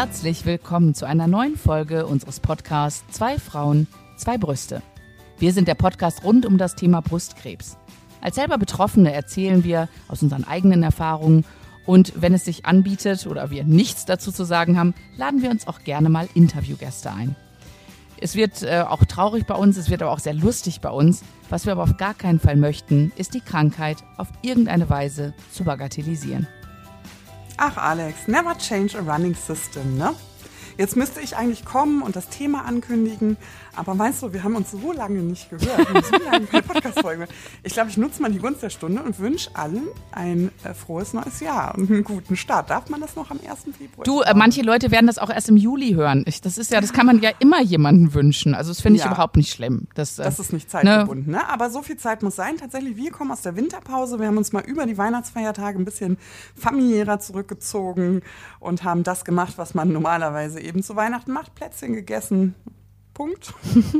Herzlich willkommen zu einer neuen Folge unseres Podcasts Zwei Frauen, zwei Brüste. Wir sind der Podcast rund um das Thema Brustkrebs. Als selber Betroffene erzählen wir aus unseren eigenen Erfahrungen und wenn es sich anbietet oder wir nichts dazu zu sagen haben, laden wir uns auch gerne mal Interviewgäste ein. Es wird auch traurig bei uns, es wird aber auch sehr lustig bei uns. Was wir aber auf gar keinen Fall möchten, ist die Krankheit auf irgendeine Weise zu bagatellisieren. Ach Alex, never change a running system, ne? Jetzt müsste ich eigentlich kommen und das Thema ankündigen, aber weißt du, wir haben uns so lange nicht gehört, wir haben so lange keine Podcast-Folge. Ich glaube, ich nutze mal die Gunst der Stunde und wünsche allen ein frohes neues Jahr und einen guten Start. Darf man das noch am 1. Februar? Du, manche Leute werden das auch erst im Juli hören. Das kann man ja immer jemandem wünschen. Also das finde ich überhaupt nicht schlimm. Das ist nicht zeitgebunden, ne? Aber so viel Zeit muss sein. Tatsächlich, wir kommen aus der Winterpause. Wir haben uns mal über die Weihnachtsfeiertage ein bisschen familiärer zurückgezogen und haben das gemacht, was man normalerweise eben zu Weihnachten macht. Plätzchen gegessen. Punkt.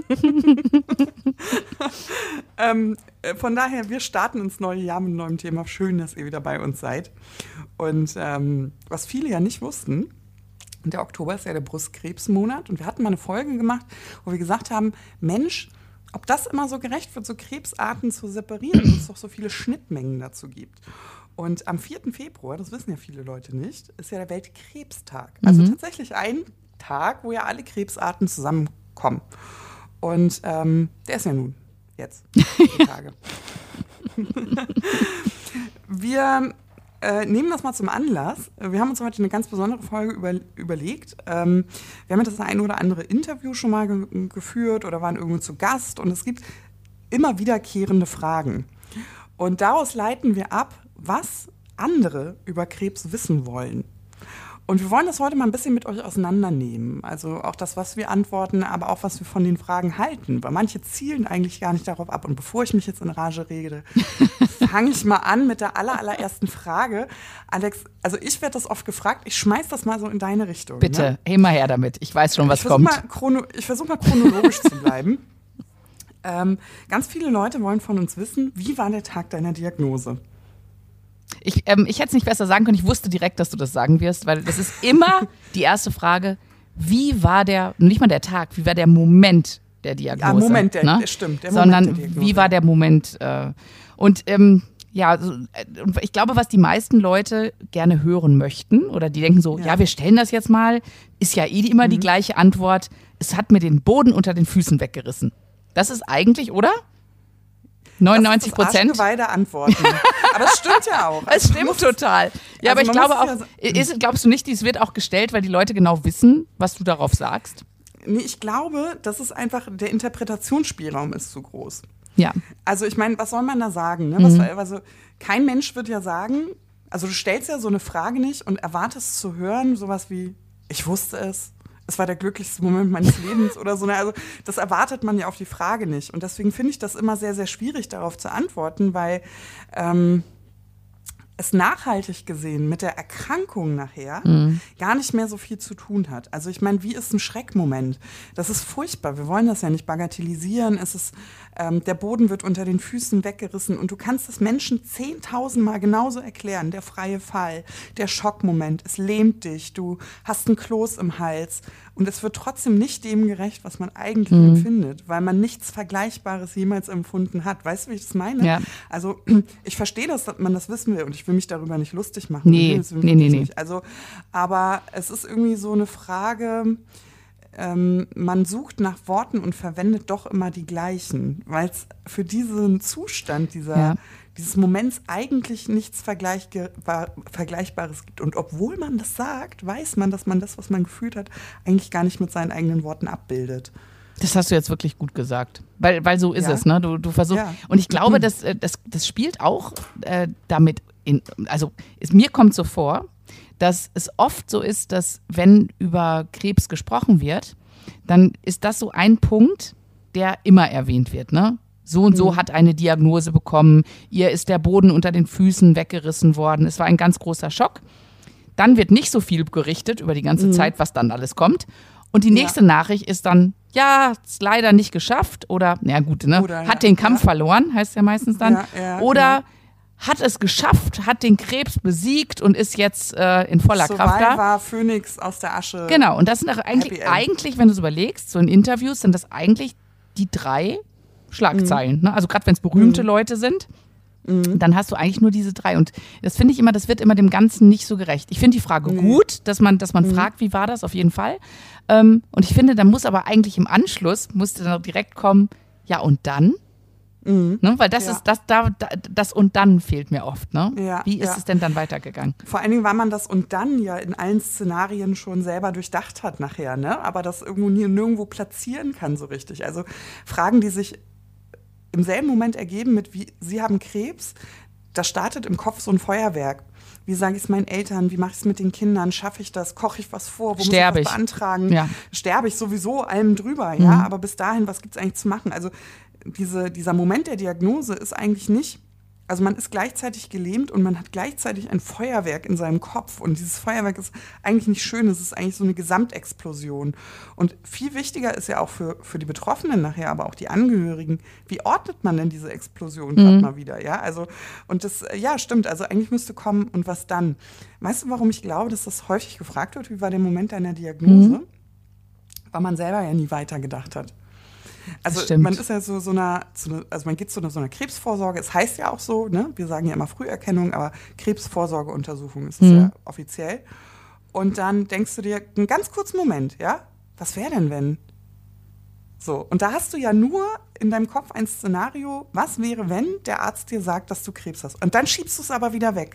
Von daher, wir starten ins neue Jahr mit einem neuen Thema. Schön, dass ihr wieder bei uns seid. Und was viele ja nicht wussten, der Oktober ist ja der Brustkrebsmonat. Und wir hatten mal eine Folge gemacht, wo wir gesagt haben, Mensch, ob das immer so gerecht wird, so Krebsarten zu separieren, wo es doch so viele Schnittmengen dazu gibt. Und am 4. Februar, das wissen ja viele Leute nicht, ist ja der Weltkrebstag. Also tatsächlich ein Tag, wo ja alle Krebsarten zusammenkommen. Und der ist ja nun jetzt, die Tage. Wir nehmen das mal zum Anlass. Wir haben uns heute eine ganz besondere Folge überlegt. Wir haben ja das ein oder andere Interview schon mal geführt oder waren irgendwo zu Gast. Und es gibt immer wiederkehrende Fragen. Und daraus leiten wir ab, was andere über Krebs wissen wollen. Und wir wollen das heute mal ein bisschen mit euch auseinandernehmen. Also auch das, was wir antworten, aber auch, was wir von den Fragen halten. Weil manche zielen eigentlich gar nicht darauf ab. Und bevor ich mich jetzt in Rage rede, fange ich mal an mit der allerersten Frage. Alex, also ich werde das oft gefragt. Ich schmeiß das mal so in deine Richtung. Bitte, hey mal her damit. Ich weiß schon, was kommt. Ich versuche mal chronologisch zu bleiben. Ganz viele Leute wollen von uns wissen, wie war der Tag deiner Diagnose? Ich hätte es nicht besser sagen können. Ich wusste direkt, dass du das sagen wirst, weil das ist immer die erste Frage. Wie war nicht mal der Tag, wie war der Moment der Diagnose? Ja, Moment, stimmt. Der Moment der Diagnose. Wie war der Moment? Ich glaube, was die meisten Leute gerne hören möchten oder die denken so, ja wir stellen das jetzt mal, ist ja immer die gleiche Antwort. Es hat mir den Boden unter den Füßen weggerissen. Das ist eigentlich, oder? 99%. Das arschgeweihte Antworten. Aber es stimmt ja auch. Es stimmt total. Ja, aber ich glaube auch, glaubst du nicht, dies wird auch gestellt, weil die Leute genau wissen, was du darauf sagst? Nee, ich glaube, das ist einfach, der Interpretationsspielraum ist zu groß. Ja. Also ich meine, was soll man da sagen? Ne? Also kein Mensch wird ja sagen, also du stellst ja so eine Frage nicht und erwartest zu hören, sowas wie, ich wusste es. Es war der glücklichste Moment meines Lebens oder so. Also das erwartet man ja auf die Frage nicht. Und deswegen finde ich das immer sehr, sehr schwierig, darauf zu antworten, weil es nachhaltig gesehen mit der Erkrankung nachher gar nicht mehr so viel zu tun hat. Also ich meine, wie ist ein Schreckmoment? Das ist furchtbar. Wir wollen das ja nicht bagatellisieren. Es ist, der Boden wird unter den Füßen weggerissen und du kannst es Menschen 10.000 Mal genauso erklären. Der freie Fall, der Schockmoment, es lähmt dich, du hast einen Kloß im Hals und es wird trotzdem nicht dem gerecht, was man eigentlich empfindet, weil man nichts Vergleichbares jemals empfunden hat. Weißt du, wie ich das meine? Ja. Also ich verstehe das, dass man das wissen will und ich will mich darüber nicht lustig machen. Nee. Nicht. Also, aber es ist irgendwie so eine Frage, man sucht nach Worten und verwendet doch immer die gleichen, weil es für diesen Zustand dieses Moments eigentlich nichts Vergleichbares gibt. Und obwohl man das sagt, weiß man, dass man das, was man gefühlt hat, eigentlich gar nicht mit seinen eigenen Worten abbildet. Das hast du jetzt wirklich gut gesagt, weil so ist es, ne? Du versuchst, und ich glaube, das spielt auch damit mir kommt so vor, dass es oft so ist, dass wenn über Krebs gesprochen wird, dann ist das so ein Punkt, der immer erwähnt wird, ne? So und so hat eine Diagnose bekommen, ihr ist der Boden unter den Füßen weggerissen worden, es war ein ganz großer Schock. Dann wird nicht so viel berichtet über die ganze Zeit, was dann alles kommt. Und die nächste Nachricht ist dann, ist leider nicht geschafft oder, hat den Kampf verloren, heißt ja meistens dann. Oder hat es geschafft, hat den Krebs besiegt und ist jetzt in voller Kraft da. War Phönix aus der Asche. Genau, und das sind auch eigentlich, wenn du es überlegst, so in Interviews, sind das eigentlich die 3 Schlagzeilen. Ne? Also gerade wenn es berühmte Leute sind, dann hast du eigentlich nur diese 3. Und das finde ich immer, das wird immer dem Ganzen nicht so gerecht. Ich finde die Frage gut, dass man fragt, wie war das, auf jeden Fall. Und ich finde, dann muss aber eigentlich im Anschluss, musste dann direkt kommen, ja und dann? Ne? Weil das ist das und dann fehlt mir oft. Ne? Ja, wie ist es denn dann weitergegangen? Vor allen Dingen, weil man das und dann ja in allen Szenarien schon selber durchdacht hat nachher, ne? Aber das irgendwo nirgendwo platzieren kann so richtig. Also Fragen, die sich im selben Moment ergeben mit wie Sie haben Krebs, da startet im Kopf so ein Feuerwerk. Wie sage ich es meinen Eltern? Wie mache ich es mit den Kindern? Schaffe ich das? Koche ich was vor? Wo muss ich was beantragen? Ja. Sterbe ich sowieso allem drüber, ja? Aber bis dahin, was gibt es eigentlich zu machen? Also dieser Moment der Diagnose ist eigentlich nicht, also man ist gleichzeitig gelähmt und man hat gleichzeitig ein Feuerwerk in seinem Kopf und dieses Feuerwerk ist eigentlich nicht schön, es ist eigentlich so eine Gesamtexplosion. Und viel wichtiger ist ja auch für die Betroffenen nachher, aber auch die Angehörigen, wie ordnet man denn diese Explosion gerade mal wieder, ja? Also, und das, ja, stimmt, also eigentlich müsste kommen und was dann? Weißt du, warum ich glaube, dass das häufig gefragt wird, wie war der Moment deiner Diagnose? Weil man selber ja nie weitergedacht hat. Also man ist ja also man geht zu so einer Krebsvorsorge, es heißt ja auch so, ne? Wir sagen ja immer Früherkennung, aber Krebsvorsorgeuntersuchung ist es ja offiziell. Und dann denkst du dir, einen ganz kurzen Moment, ja, was wäre denn, wenn? So, und da hast du ja nur in deinem Kopf ein Szenario, was wäre, wenn der Arzt dir sagt, dass du Krebs hast. Und dann schiebst du es aber wieder weg.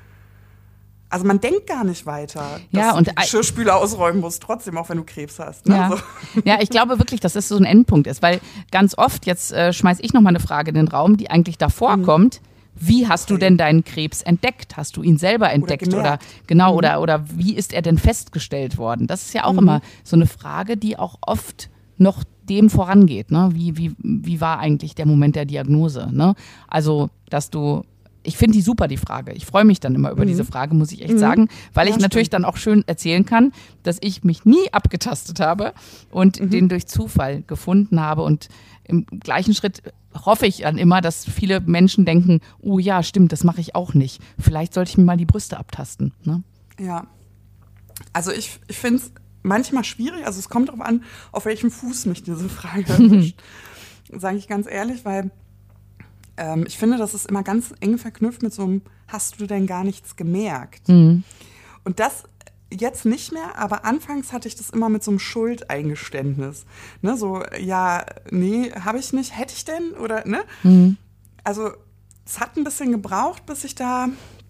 Also man denkt gar nicht weiter, dass du die Geschirrspüler ausräumen musst, trotzdem, auch wenn du Krebs hast. Ne? Ja. Ja, ich glaube wirklich, dass das so ein Endpunkt ist, weil ganz oft, jetzt schmeiß ich nochmal eine Frage in den Raum, die eigentlich davor kommt, wie hast du denn deinen Krebs entdeckt? Hast du ihn selber entdeckt? Oder wie ist er denn festgestellt worden? Das ist ja auch immer so eine Frage, die auch oft noch dem vorangeht. Ne? Wie war eigentlich der Moment der Diagnose? Ne? Also, ich finde die super, die Frage. Ich freue mich dann immer über diese Frage, muss ich echt sagen, weil ich natürlich dann auch schön erzählen kann, dass ich mich nie abgetastet habe und den durch Zufall gefunden habe. Und im gleichen Schritt hoffe ich dann immer, dass viele Menschen denken, oh ja, stimmt, das mache ich auch nicht. Vielleicht sollte ich mir mal die Brüste abtasten. Ne? Ja, also ich finde es manchmal schwierig. Also es kommt darauf an, auf welchem Fuß mich diese Frage erwischt. Sage ich ganz ehrlich, weil ich finde, das ist immer ganz eng verknüpft mit so einem, hast du denn gar nichts gemerkt? Und das jetzt nicht mehr, aber anfangs hatte ich das immer mit so einem Schuldeingeständnis. Ne, so, ja, nee, habe ich nicht, hätte ich denn? Oder, ne? Also es hat ein bisschen gebraucht, bis ich da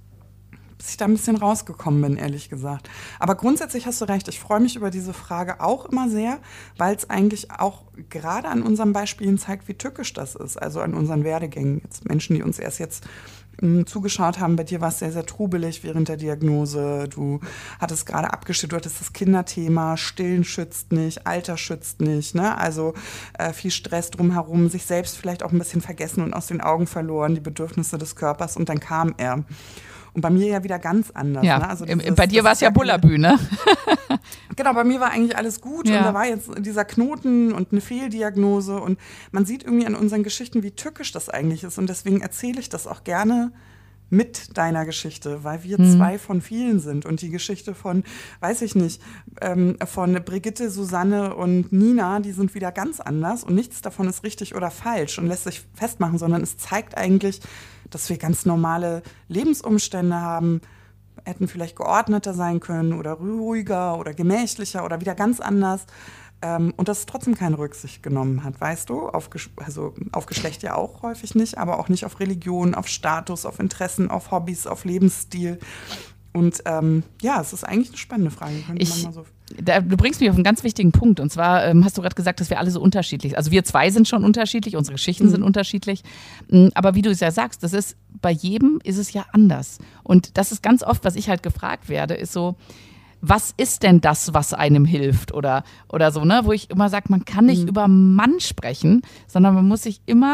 ein bisschen rausgekommen bin, ehrlich gesagt. Aber grundsätzlich hast du recht, ich freue mich über diese Frage auch immer sehr, weil es eigentlich auch gerade an unseren Beispielen zeigt, wie tückisch das ist, also an unseren Werdegängen. Jetzt Menschen, die uns erst jetzt zugeschaut haben, bei dir war es sehr, sehr trubelig während der Diagnose, du hattest gerade abgestimmt, du hattest das Kinderthema, Stillen schützt nicht, Alter schützt nicht, ne? Also viel Stress drumherum, sich selbst vielleicht auch ein bisschen vergessen und aus den Augen verloren, die Bedürfnisse des Körpers und dann kam er. Und bei mir ja wieder ganz anders. Ja, ne? Also bei dir war es ja Bullabü, ne? Genau, bei mir war eigentlich alles gut und da war jetzt dieser Knoten und eine Fehldiagnose und man sieht irgendwie an unseren Geschichten, wie tückisch das eigentlich ist und deswegen erzähle ich das auch gerne mit deiner Geschichte, weil wir zwei von vielen sind und die Geschichte von, weiß ich nicht, von Brigitte, Susanne und Nina, die sind wieder ganz anders und nichts davon ist richtig oder falsch und lässt sich festmachen, sondern es zeigt eigentlich, dass wir ganz normale Lebensumstände haben, hätten vielleicht geordneter sein können oder ruhiger oder gemächlicher oder wieder ganz anders. Und dass es trotzdem keine Rücksicht genommen hat, weißt du? Auf Geschlecht ja auch häufig nicht, aber auch nicht auf Religion, auf Status, auf Interessen, auf Hobbys, auf Lebensstil. Und es ist eigentlich eine spannende Frage. Du bringst mich auf einen ganz wichtigen Punkt. Und zwar hast du gerade gesagt, dass wir alle so unterschiedlich sind. Also wir zwei sind schon unterschiedlich, unsere Geschichten sind unterschiedlich. Aber wie du es ja sagst, bei jedem ist es ja anders. Und das ist ganz oft, was ich halt gefragt werde, ist so, was ist denn das, was einem hilft? Oder so, ne? Wo ich immer sage, man kann nicht über Mann sprechen, sondern man muss sich immer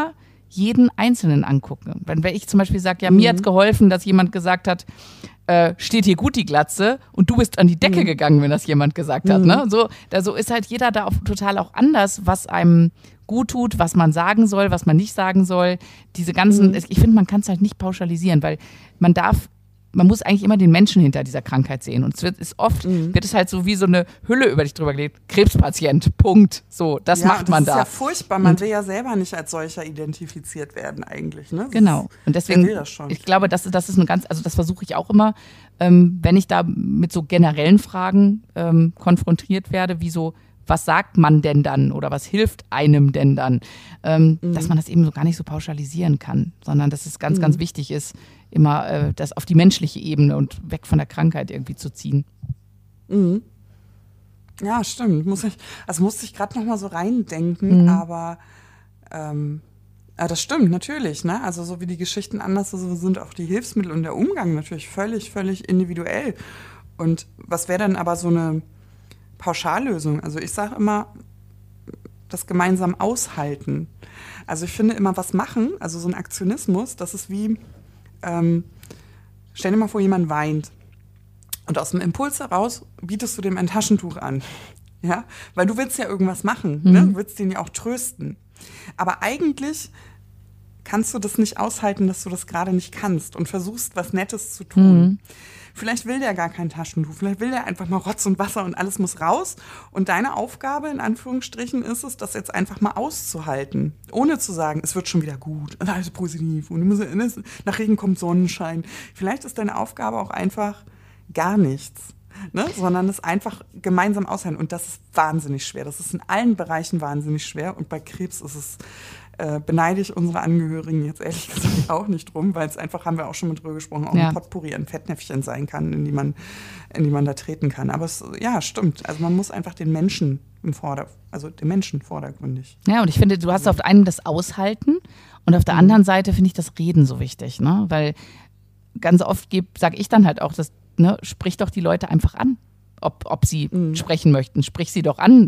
jeden Einzelnen angucke. Wenn ich zum Beispiel sage, ja, mir hat's geholfen, dass jemand gesagt hat, steht hier gut die Glatze und du bist an die Decke gegangen, wenn das jemand gesagt hat. Ne? So ist halt jeder da total auch anders, was einem gut tut, was man sagen soll, was man nicht sagen soll. Diese ganzen, ich finde, man kann es halt nicht pauschalisieren, weil man muss eigentlich immer den Menschen hinter dieser Krankheit sehen. Und wird es halt so wie so eine Hülle über dich drüber gelegt. Krebspatient, Punkt. So, das macht man da. Das ist ja furchtbar. Man will ja selber nicht als solcher identifiziert werden eigentlich. Ne? Genau. Und deswegen, ich glaube, das ist eine ganz, also das versuche ich auch immer, wenn ich da mit so generellen Fragen konfrontiert werde, wie so, was sagt man denn dann oder was hilft einem denn dann, dass man das eben so gar nicht so pauschalisieren kann, sondern dass es ganz, ganz wichtig ist, immer das auf die menschliche Ebene und weg von der Krankheit irgendwie zu ziehen. Ja, stimmt. Musste ich gerade noch mal so reindenken, aber das stimmt natürlich. Ne? Also so wie die Geschichten anders sind auch die Hilfsmittel und der Umgang natürlich völlig, völlig individuell. Und was wäre dann aber so eine Pauschallösung? Also ich sage immer, das gemeinsam aushalten. Also ich finde immer, was machen, also so ein Aktionismus, das ist wie, stell dir mal vor, jemand weint. Und aus dem Impuls heraus bietest du dem ein Taschentuch an. Ja? Weil du willst ja irgendwas machen. Ne? Du willst den ja auch trösten. Aber eigentlich kannst du das nicht aushalten, dass du das gerade nicht kannst und versuchst, was Nettes zu tun. Vielleicht will der gar kein Taschentuch, vielleicht will der einfach mal Rotz und Wasser und alles muss raus. Und deine Aufgabe, in Anführungsstrichen, ist es, das jetzt einfach mal auszuhalten. Ohne zu sagen, es wird schon wieder gut, alles positiv und nach Regen kommt Sonnenschein. Vielleicht ist deine Aufgabe auch einfach gar nichts, ne? Sondern es einfach gemeinsam aushalten. Und das ist wahnsinnig schwer. Das ist in allen Bereichen wahnsinnig schwer. Und bei Krebs ist es beneide ich unsere Angehörigen jetzt ehrlich gesagt auch nicht drum, weil es einfach, haben wir auch schon mit drüber gesprochen, auch ein Potpourri an Fettnäpfchen sein kann, in die man da treten kann. Aber es, ja, stimmt. Also man muss einfach den Menschen vordergründig. Ja, und ich finde, du hast auf der einen das Aushalten und auf der anderen Seite finde ich das Reden so wichtig, ne? Weil ganz oft sage ich dann halt auch, sprich doch die Leute einfach an, ob sie sprechen möchten. Sprich sie doch an.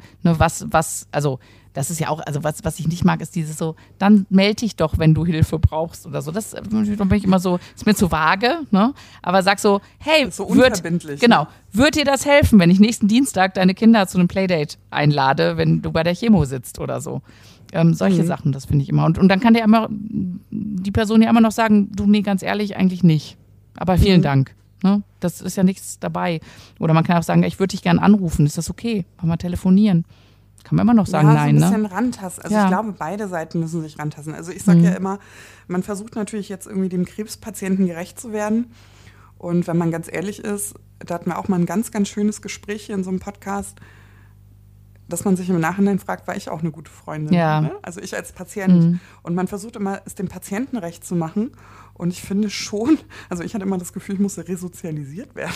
Also das ist ja auch, also was ich nicht mag, ist dieses so, dann melde dich doch, wenn du Hilfe brauchst oder so. Das bin ich immer so, ist mir zu vage, ne? Aber sag so, hey, so unverbindlich. Wird dir das helfen, wenn ich nächsten Dienstag deine Kinder zu einem Playdate einlade, wenn du bei der Chemo sitzt oder so? Solche Sachen, das finde ich immer. Und dann kann die Person ja immer noch sagen, du, nee, ganz ehrlich, eigentlich nicht. Aber vielen Dank. Ne? Das ist ja nichts dabei. Oder man kann auch sagen, ich würde dich gerne anrufen. Ist das okay? Wollen wir telefonieren? Kann man immer noch sagen, nein, ne? Ja, so ein bisschen rantasten. Also ich glaube, beide Seiten müssen sich rantasten. Also ich sage ja immer, man versucht natürlich jetzt irgendwie dem Krebspatienten gerecht zu werden. Und wenn man ganz ehrlich ist, da hatten wir auch mal ein ganz, ganz schönes Gespräch hier in so einem Podcast, dass man sich im Nachhinein fragt, war ich auch eine gute Freundin? Ja. Ne? Also ich als Patient. Und man versucht immer, es dem Patienten recht zu machen. Und ich finde schon, also ich hatte immer das Gefühl, ich musste resozialisiert werden,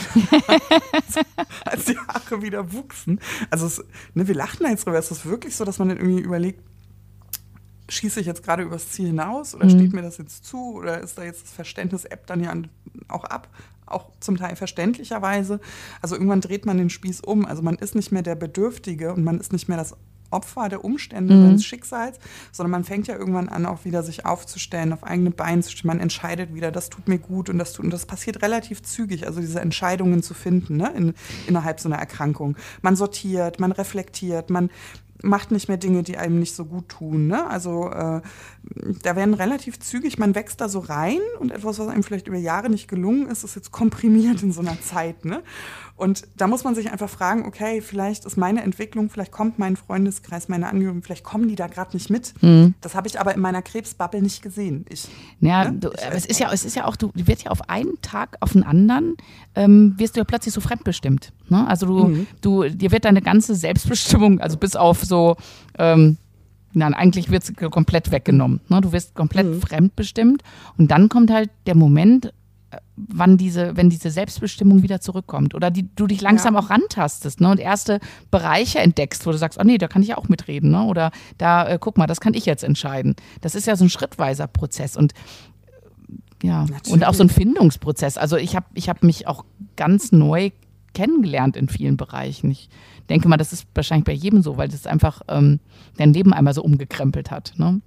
als die Haare wieder wuchsen. Also wir lachten jetzt drüber. Ist das wirklich so, dass man dann irgendwie überlegt, schieße ich jetzt gerade übers Ziel hinaus oder steht mir das jetzt zu oder ist da jetzt das Verständnis-App dann ja auch ab? Auch zum Teil verständlicherweise. Also irgendwann dreht man den Spieß um. Also man ist nicht mehr der Bedürftige und man ist nicht mehr das Opfer der Umstände seines Schicksals, sondern man fängt ja irgendwann an, auch wieder sich aufzustellen, auf eigene Beine zu stehen. Man entscheidet wieder, das tut mir gut und das passiert relativ zügig, also diese Entscheidungen zu finden, ne, innerhalb so einer Erkrankung. Man sortiert, man reflektiert, man macht nicht mehr Dinge, die einem nicht so gut tun. Ne? Also da werden relativ zügig, man wächst da so rein und etwas, was einem vielleicht über Jahre nicht gelungen ist, ist jetzt komprimiert in so einer Zeit. Ne? Und da muss man sich einfach fragen, okay, vielleicht ist meine Entwicklung, vielleicht kommt mein Freundeskreis, meine Angehörigen, vielleicht kommen die da gerade nicht mit. Das habe ich aber in meiner Krebsbubble nicht gesehen. Es ist ja auch, du wirst ja auf einen Tag auf den anderen, wirst du ja plötzlich so fremdbestimmt. Ne? Also dir wird deine ganze Selbstbestimmung, also bis auf so, eigentlich wird es komplett weggenommen. Ne? Du wirst komplett fremdbestimmt und dann kommt halt der Moment, wenn diese Selbstbestimmung wieder zurückkommt oder du dich langsam auch rantastest, ne, und erste Bereiche entdeckst, wo du sagst, oh nee, da kann ich ja auch mitreden, ne, oder da, guck mal, das kann ich jetzt entscheiden. Das ist ja so ein schrittweiser Prozess und und auch so ein Findungsprozess. Also ich hab mich auch ganz neu kennengelernt in vielen Bereichen. Ich denke mal, das ist wahrscheinlich bei jedem so, weil das einfach dein Leben einmal so umgekrempelt hat, ne?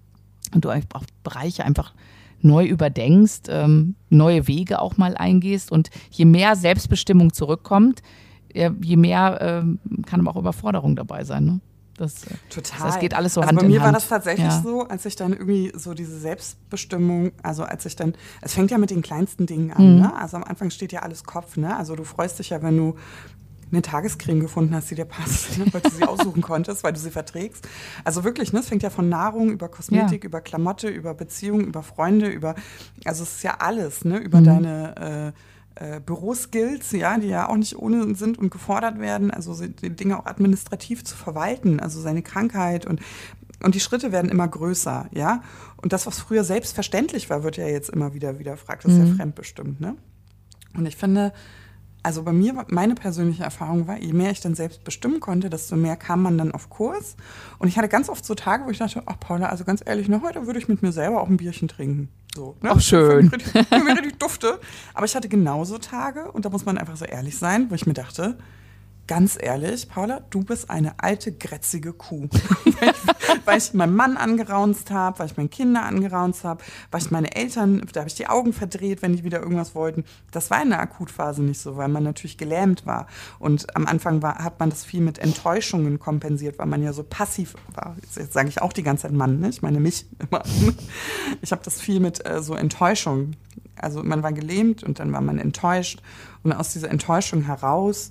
und du auch Bereiche einfach neu überdenkst, neue Wege auch mal eingehst. Und je mehr Selbstbestimmung zurückkommt, je mehr kann aber auch Überforderung dabei sein. Ne? Total. Das geht alles so also Hand in Hand. Bei mir war das tatsächlich so, als ich dann irgendwie so diese Selbstbestimmung, also als ich dann, es fängt ja mit den kleinsten Dingen an, ne? Also am Anfang steht ja alles Kopf, ne? Also du freust dich ja, wenn du eine Tagescreme gefunden hast, die dir passt, ne? Weil du sie aussuchen konntest, weil du sie verträgst. Also wirklich, ne? Es fängt ja von Nahrung über Kosmetik, über Klamotte, über Beziehungen, über Freunde, also es ist ja alles, ne? Über deine Büroskills, ja, die ja auch nicht ohne sind und gefordert werden, also die Dinge auch administrativ zu verwalten, also seine Krankheit und die Schritte werden immer größer, ja. Und das, was früher selbstverständlich war, wird ja jetzt immer wieder fragt, das ist ja fremdbestimmt, ne? Und ich finde, also bei mir, meine persönliche Erfahrung war, je mehr ich dann selbst bestimmen konnte, desto mehr kam man dann auf Kurs. Und ich hatte ganz oft so Tage, wo ich dachte, ach Paula, also ganz ehrlich, ne, heute würde ich mit mir selber auch ein Bierchen trinken. So, ne? Ach, schön. Ich mir richtig dufte. Aber ich hatte genauso Tage, und da muss man einfach so ehrlich sein, wo ich mir dachte, ganz ehrlich, Paula, du bist eine alte, grätzige Kuh. weil ich meinen Mann angeraunzt habe, weil ich meine Kinder angeraunzt habe, weil ich meine Eltern, da habe ich die Augen verdreht, wenn die wieder irgendwas wollten. Das war in der Akutphase nicht so, weil man natürlich gelähmt war. Und am Anfang hat man das viel mit Enttäuschungen kompensiert, weil man ja so passiv war. Jetzt sage ich auch die ganze Zeit Mann, ne? Ich meine mich immer. Ich habe das viel mit so Enttäuschung. Also man war gelähmt und dann war man enttäuscht. Und aus dieser Enttäuschung heraus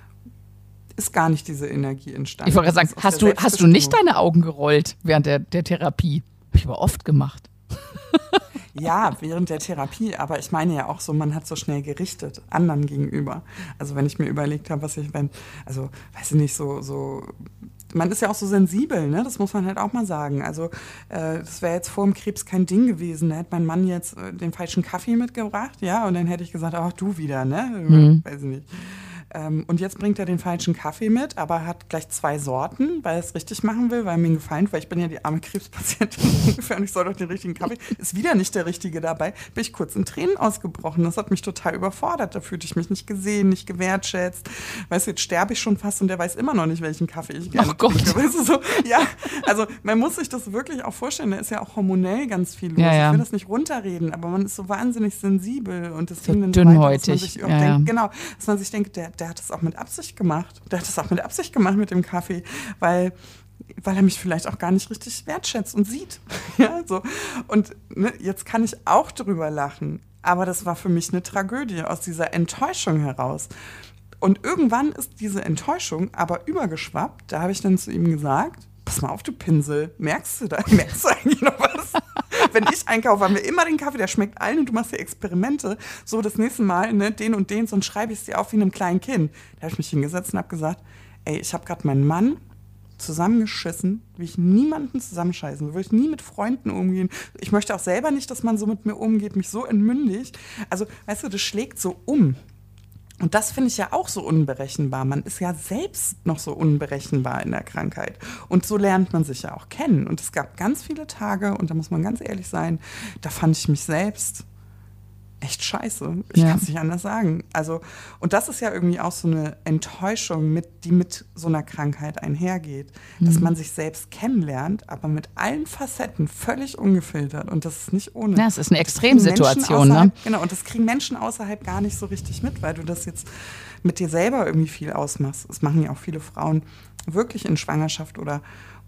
ist gar nicht diese Energie entstanden. Ich wollte gerade sagen, hast du nicht deine Augen gerollt während der Therapie? Habe ich aber oft gemacht. Ja, während der Therapie, aber ich meine ja auch so, man hat so schnell gerichtet, anderen gegenüber. Also wenn ich mir überlegt habe, weiß ich nicht, so man ist ja auch so sensibel, ne? Das muss man halt auch mal sagen. Also das wäre jetzt vor dem Krebs kein Ding gewesen. Da hätte mein Mann jetzt den falschen Kaffee mitgebracht, ja, und dann hätte ich gesagt, ach du wieder, ne? Weiß ich nicht. Und jetzt bringt er den falschen Kaffee mit, aber hat gleich 2 Sorten, weil er es richtig machen will, weil mir ihn gefallen, weil ich bin ja die arme Krebspatientin ungefähr und ich soll doch den richtigen Kaffee. Ist wieder nicht der richtige dabei. Bin ich kurz in Tränen ausgebrochen. Das hat mich total überfordert. Da fühlte ich mich nicht gesehen, nicht gewertschätzt. Weißt du, jetzt sterbe ich schon fast und der weiß immer noch nicht, welchen Kaffee ich gerne trinke. Weißt du, so, ja, also man muss sich das wirklich auch vorstellen. Da ist ja auch hormonell ganz viel los. Ja. Ich will das nicht runterreden, aber man ist so wahnsinnig sensibel und das ging dann dünnhäutig. Weiter, dass man sich denkt, genau, dass man sich denkt, der hat das auch mit Absicht gemacht. Der hat das auch mit Absicht gemacht mit dem Kaffee, weil er mich vielleicht auch gar nicht richtig wertschätzt und sieht. Ja, so. Und ne, jetzt kann ich auch drüber lachen, aber das war für mich eine Tragödie aus dieser Enttäuschung heraus. Und irgendwann ist diese Enttäuschung aber übergeschwappt. Da habe ich dann zu ihm gesagt, pass mal auf, du Pinsel, merkst du eigentlich noch was? Wenn ich einkaufe, haben wir immer den Kaffee, der schmeckt allen und du machst dir Experimente. So, das nächste Mal, ne, den und den, sonst schreibe ich es dir auf wie einem kleinen Kind. Da habe ich mich hingesetzt und habe gesagt, ey, ich habe gerade meinen Mann zusammengeschissen, wie ich niemanden zusammenscheißen will, will ich nie mit Freunden umgehen. Ich möchte auch selber nicht, dass man so mit mir umgeht, mich so entmündigt. Also, weißt du, das schlägt so um. Und das finde ich ja auch so unberechenbar. Man ist ja selbst noch so unberechenbar in der Krankheit. Und so lernt man sich ja auch kennen. Und es gab ganz viele Tage, und da muss man ganz ehrlich sein, da fand ich mich selbst echt scheiße. Ich kann es nicht anders sagen. Also, und das ist ja irgendwie auch so eine Enttäuschung, die mit so einer Krankheit einhergeht. Dass man sich selbst kennenlernt, aber mit allen Facetten völlig ungefiltert. Und das ist nicht ohne. Ja, es ist eine Extremsituation, ne? Genau, und das kriegen Menschen außerhalb gar nicht so richtig mit, weil du das jetzt mit dir selber irgendwie viel ausmachst. Das machen ja auch viele Frauen wirklich in Schwangerschaft oder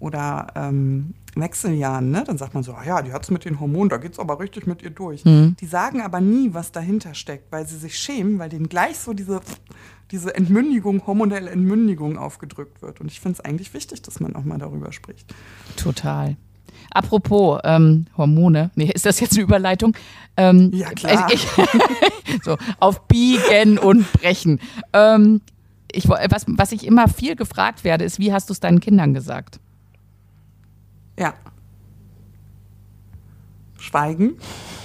Wechseljahren, ne? Dann sagt man so, ja, die hat es mit den Hormonen, da geht es aber richtig mit ihr durch. Die sagen aber nie, was dahinter steckt, weil sie sich schämen, weil denen gleich so diese Entmündigung, hormonelle Entmündigung aufgedrückt wird. Und ich finde es eigentlich wichtig, dass man auch mal darüber spricht. Total. Apropos Hormone, nee, ist das jetzt eine Überleitung? Ja, klar. So, auf Biegen und Brechen. Was ich immer viel gefragt werde, ist, wie hast du es deinen Kindern gesagt? Ja. Schweigen.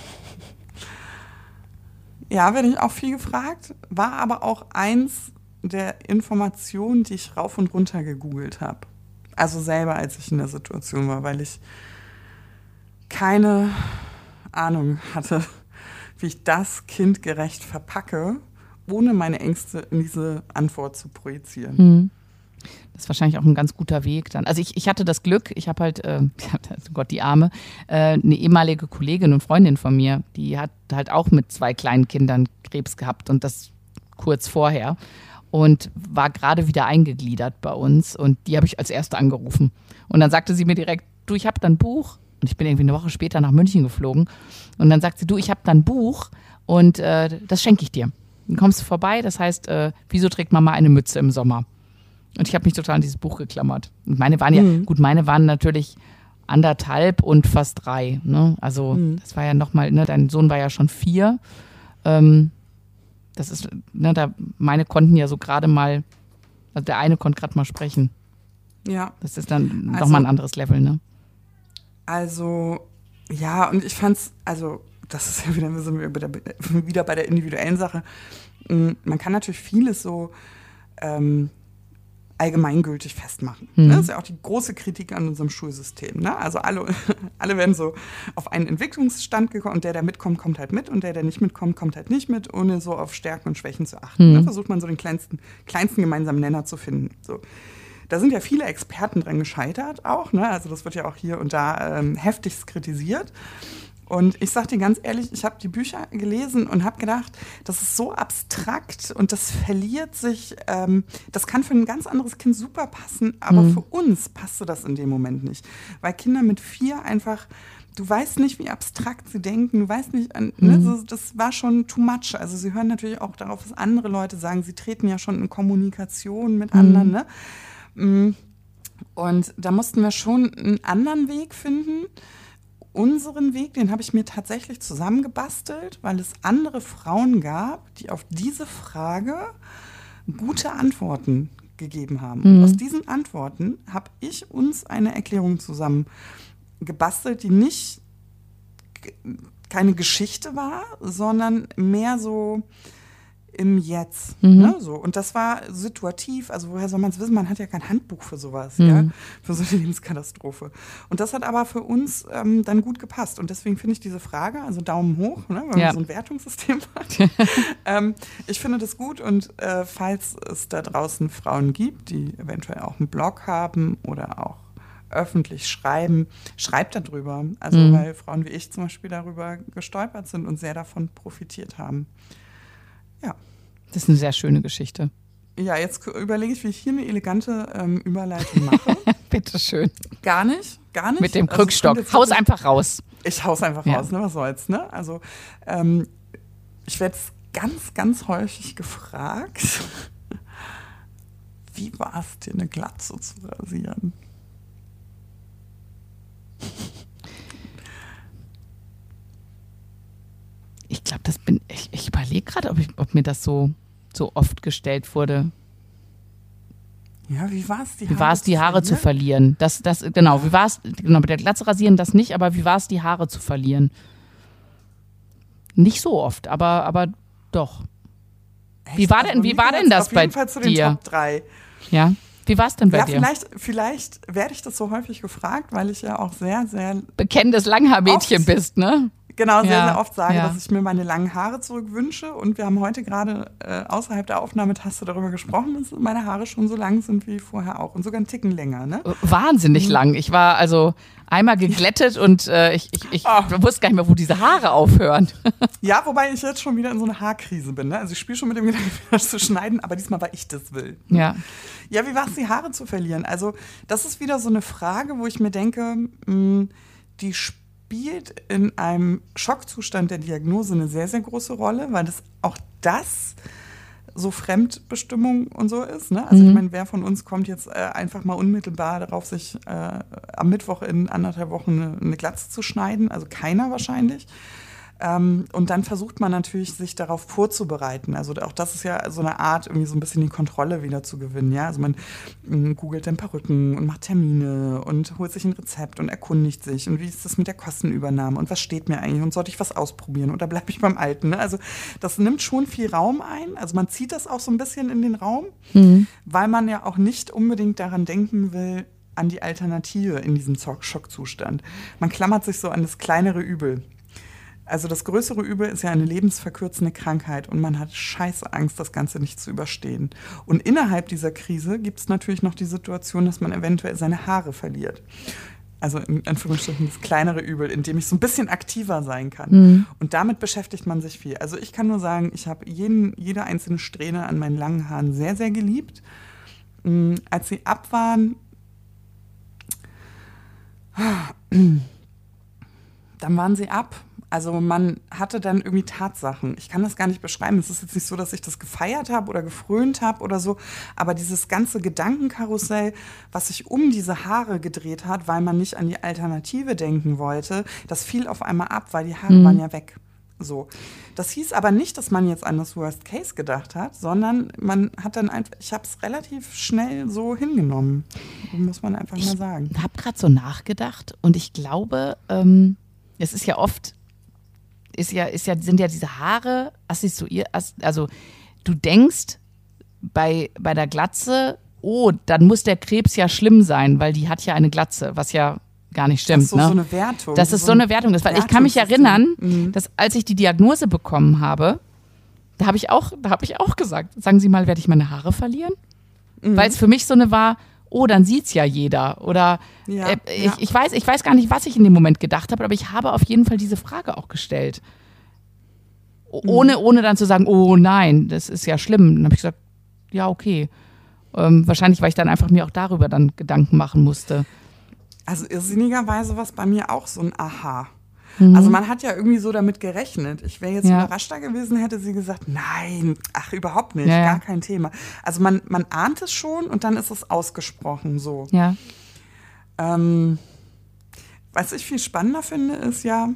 Ja, werde ich auch viel gefragt. War aber auch eins der Informationen, die ich rauf und runter gegoogelt habe. Also selber, als ich in der Situation war, weil ich keine Ahnung hatte, wie ich das kindgerecht verpacke, ohne meine Ängste in diese Antwort zu projizieren. Das ist wahrscheinlich auch ein ganz guter Weg dann. Also ich hatte das Glück, ich habe halt, oh Gott, die Arme, eine ehemalige Kollegin und Freundin von mir, die hat halt auch mit 2 kleinen Kindern Krebs gehabt und das kurz vorher und war gerade wieder eingegliedert bei uns und die habe ich als Erste angerufen. Und dann sagte sie mir direkt, du, ich habe da ein Buch und ich bin irgendwie eine Woche später nach München geflogen und dann sagt sie, du, ich habe da ein Buch und das schenke ich dir. Dann kommst du vorbei, das heißt, wieso trägt Mama eine Mütze im Sommer? Und ich habe mich total an dieses Buch geklammert. Und meine waren natürlich 1,5 und fast 3. Ne? Also das war ja nochmal, ne, dein Sohn war ja schon 4. Das ist, ne, meine konnten ja so gerade mal, also der eine konnte gerade mal sprechen. Ja. Das ist dann nochmal ein anderes Level, ne? Also, ja, und ich fand's, also, das ist ja wieder bei der individuellen Sache. Man kann natürlich vieles so allgemeingültig festmachen. Ne? Das ist ja auch die große Kritik an unserem Schulsystem. Ne? Also alle werden so auf einen Entwicklungsstand gekommen und der mitkommt, kommt halt mit und der nicht mitkommt, kommt halt nicht mit, ohne so auf Stärken und Schwächen zu achten. Ne? Versucht man so den kleinsten gemeinsamen Nenner zu finden. So. Da sind ja viele Experten dran gescheitert auch. Ne? Also das wird ja auch hier und da heftigst kritisiert. Und ich sag dir ganz ehrlich, ich habe die Bücher gelesen und habe gedacht, das ist so abstrakt und das verliert sich, das kann für ein ganz anderes Kind super passen, aber für uns passte das in dem Moment nicht. Weil Kinder mit 4 einfach, du weißt nicht, wie abstrakt sie denken, du weißt nicht, ne, das war schon too much. Also sie hören natürlich auch darauf, was andere Leute sagen, sie treten ja schon in Kommunikation mit anderen, ne? Und da mussten wir schon einen anderen Weg finden. Unseren Weg, den habe ich mir tatsächlich zusammengebastelt, weil es andere Frauen gab, die auf diese Frage gute Antworten gegeben haben. Und aus diesen Antworten habe ich uns eine Erklärung zusammengebastelt, die keine Geschichte war, sondern mehr so im Jetzt. Ne, so. Und das war situativ, also woher soll man es wissen? Man hat ja kein Handbuch für sowas, ja, für so eine Lebenskatastrophe. Und das hat aber für uns dann gut gepasst. Und deswegen finde ich diese Frage, also Daumen hoch, ne, wenn man so ein Wertungssystem hat. Ich finde das gut und falls es da draußen Frauen gibt, die eventuell auch einen Blog haben oder auch öffentlich schreiben, schreibt darüber. Also weil Frauen wie ich zum Beispiel darüber gestolpert sind und sehr davon profitiert haben. Ja. Das ist eine sehr schöne Geschichte. Ja, jetzt überlege ich, wie ich hier eine elegante Überleitung mache. Bitteschön. Gar nicht. Mit dem Krückstock. Hau's einfach raus. Ich hau's einfach raus, ne? Was soll's, ne? Also, ich werde ganz, ganz häufig gefragt, wie war es dir, eine Glatze zu rasieren? Ich glaube, ich überlege gerade, ob mir das so oft gestellt wurde. Ja, wie war es, die Haare zu verlieren? Genau, wie war es, genau, mit der Glatze rasieren das nicht, aber wie war es, die Haare zu verlieren? Nicht so oft, aber doch. Echt? Wie war denn das bei dir? Auf jeden Fall zu den Top 3. Ja, wie war es denn bei dir? Vielleicht werde ich das so häufig gefragt, weil ich ja auch sehr, sehr bekennendes Langhaarmädchen bist, ne? Genau, sehr oft sage, dass ich mir meine langen Haare zurückwünsche. Und wir haben heute gerade außerhalb der Aufnahmetaste darüber gesprochen, dass meine Haare schon so lang sind wie vorher auch. Und sogar einen Ticken länger. Ne? Wahnsinnig lang. Ich war also einmal geglättet und ich wusste gar nicht mehr, wo diese Haare aufhören. Ja, wobei ich jetzt schon wieder in so einer Haarkrise bin. Ne? Also ich spiele schon mit dem Gedanken, das zu schneiden, aber diesmal, weil ich das will. Ja. Ja, wie war es, die Haare zu verlieren? Also das ist wieder so eine Frage, wo ich mir denke, die spielt in einem Schockzustand der Diagnose eine sehr, sehr große Rolle, weil das so Fremdbestimmung und so ist. Ne? Also ich meine, wer von uns kommt jetzt einfach mal unmittelbar darauf, sich am Mittwoch in 1,5 Wochen eine Glatze zu schneiden? Also keiner wahrscheinlich. Und dann versucht man natürlich, sich darauf vorzubereiten. Also auch das ist ja so eine Art, irgendwie so ein bisschen die Kontrolle wieder zu gewinnen. Ja? Also man googelt dann Perücken und macht Termine und holt sich ein Rezept und erkundigt sich. Und wie ist das mit der Kostenübernahme? Und was steht mir eigentlich? Und sollte ich was ausprobieren? Oder bleibe ich beim Alten? Ne? Also das nimmt schon viel Raum ein. Also man zieht das auch so ein bisschen in den Raum, weil man ja auch nicht unbedingt daran denken will, an die Alternative in diesem Schockzustand. Man klammert sich so an das kleinere Übel. Also das größere Übel ist ja eine lebensverkürzende Krankheit und man hat scheiße Angst, das Ganze nicht zu überstehen. Und innerhalb dieser Krise gibt es natürlich noch die Situation, dass man eventuell seine Haare verliert. Also in Anführungsstrichen das kleinere Übel, in dem ich so ein bisschen aktiver sein kann. Mhm. Und damit beschäftigt man sich viel. Also ich kann nur sagen, ich habe jede einzelne Strähne an meinen langen Haaren sehr, sehr geliebt. Als sie ab waren, dann waren sie ab. Also man hatte dann irgendwie Tatsachen. Ich kann das gar nicht beschreiben. Es ist jetzt nicht so, dass ich das gefeiert habe oder gefrönt habe oder so. Aber dieses ganze Gedankenkarussell, was sich um diese Haare gedreht hat, weil man nicht an die Alternative denken wollte, das fiel auf einmal ab, weil die Haare waren ja weg. So. Das hieß aber nicht, dass man jetzt an das Worst Case gedacht hat, sondern man hat dann einfach, ich habe es relativ schnell so hingenommen. Muss man einfach mal sagen. Ich habe gerade so nachgedacht und ich glaube, es ist ja oft sind ja diese Haare assoziiert, also du denkst bei der Glatze, oh, dann muss der Krebs ja schlimm sein, weil die hat ja eine Glatze, was ja gar nicht stimmt. Das ist so eine Wertung. Dass es so eine Wertung ist, weil ich kann mich erinnern, dass als ich die Diagnose bekommen habe, da habe ich auch gesagt, sagen Sie mal, werde ich meine Haare verlieren? Weil es für mich so eine war, oh, dann sieht's ja jeder. Oder ich weiß gar nicht, was ich in dem Moment gedacht habe, aber ich habe auf jeden Fall diese Frage auch gestellt. Ohne dann zu sagen, oh nein, das ist ja schlimm. Dann habe ich gesagt, ja, okay. Wahrscheinlich, weil ich dann einfach mir auch darüber dann Gedanken machen musste. Also irrsinnigerweise war es bei mir auch so ein Aha. Also man hat ja irgendwie so damit gerechnet. Ich wäre jetzt überraschter gewesen, hätte sie gesagt, nein, ach überhaupt nicht, gar kein Thema. Also man ahnt es schon und dann ist es ausgesprochen so. Ja. Was ich viel spannender finde, ist ja,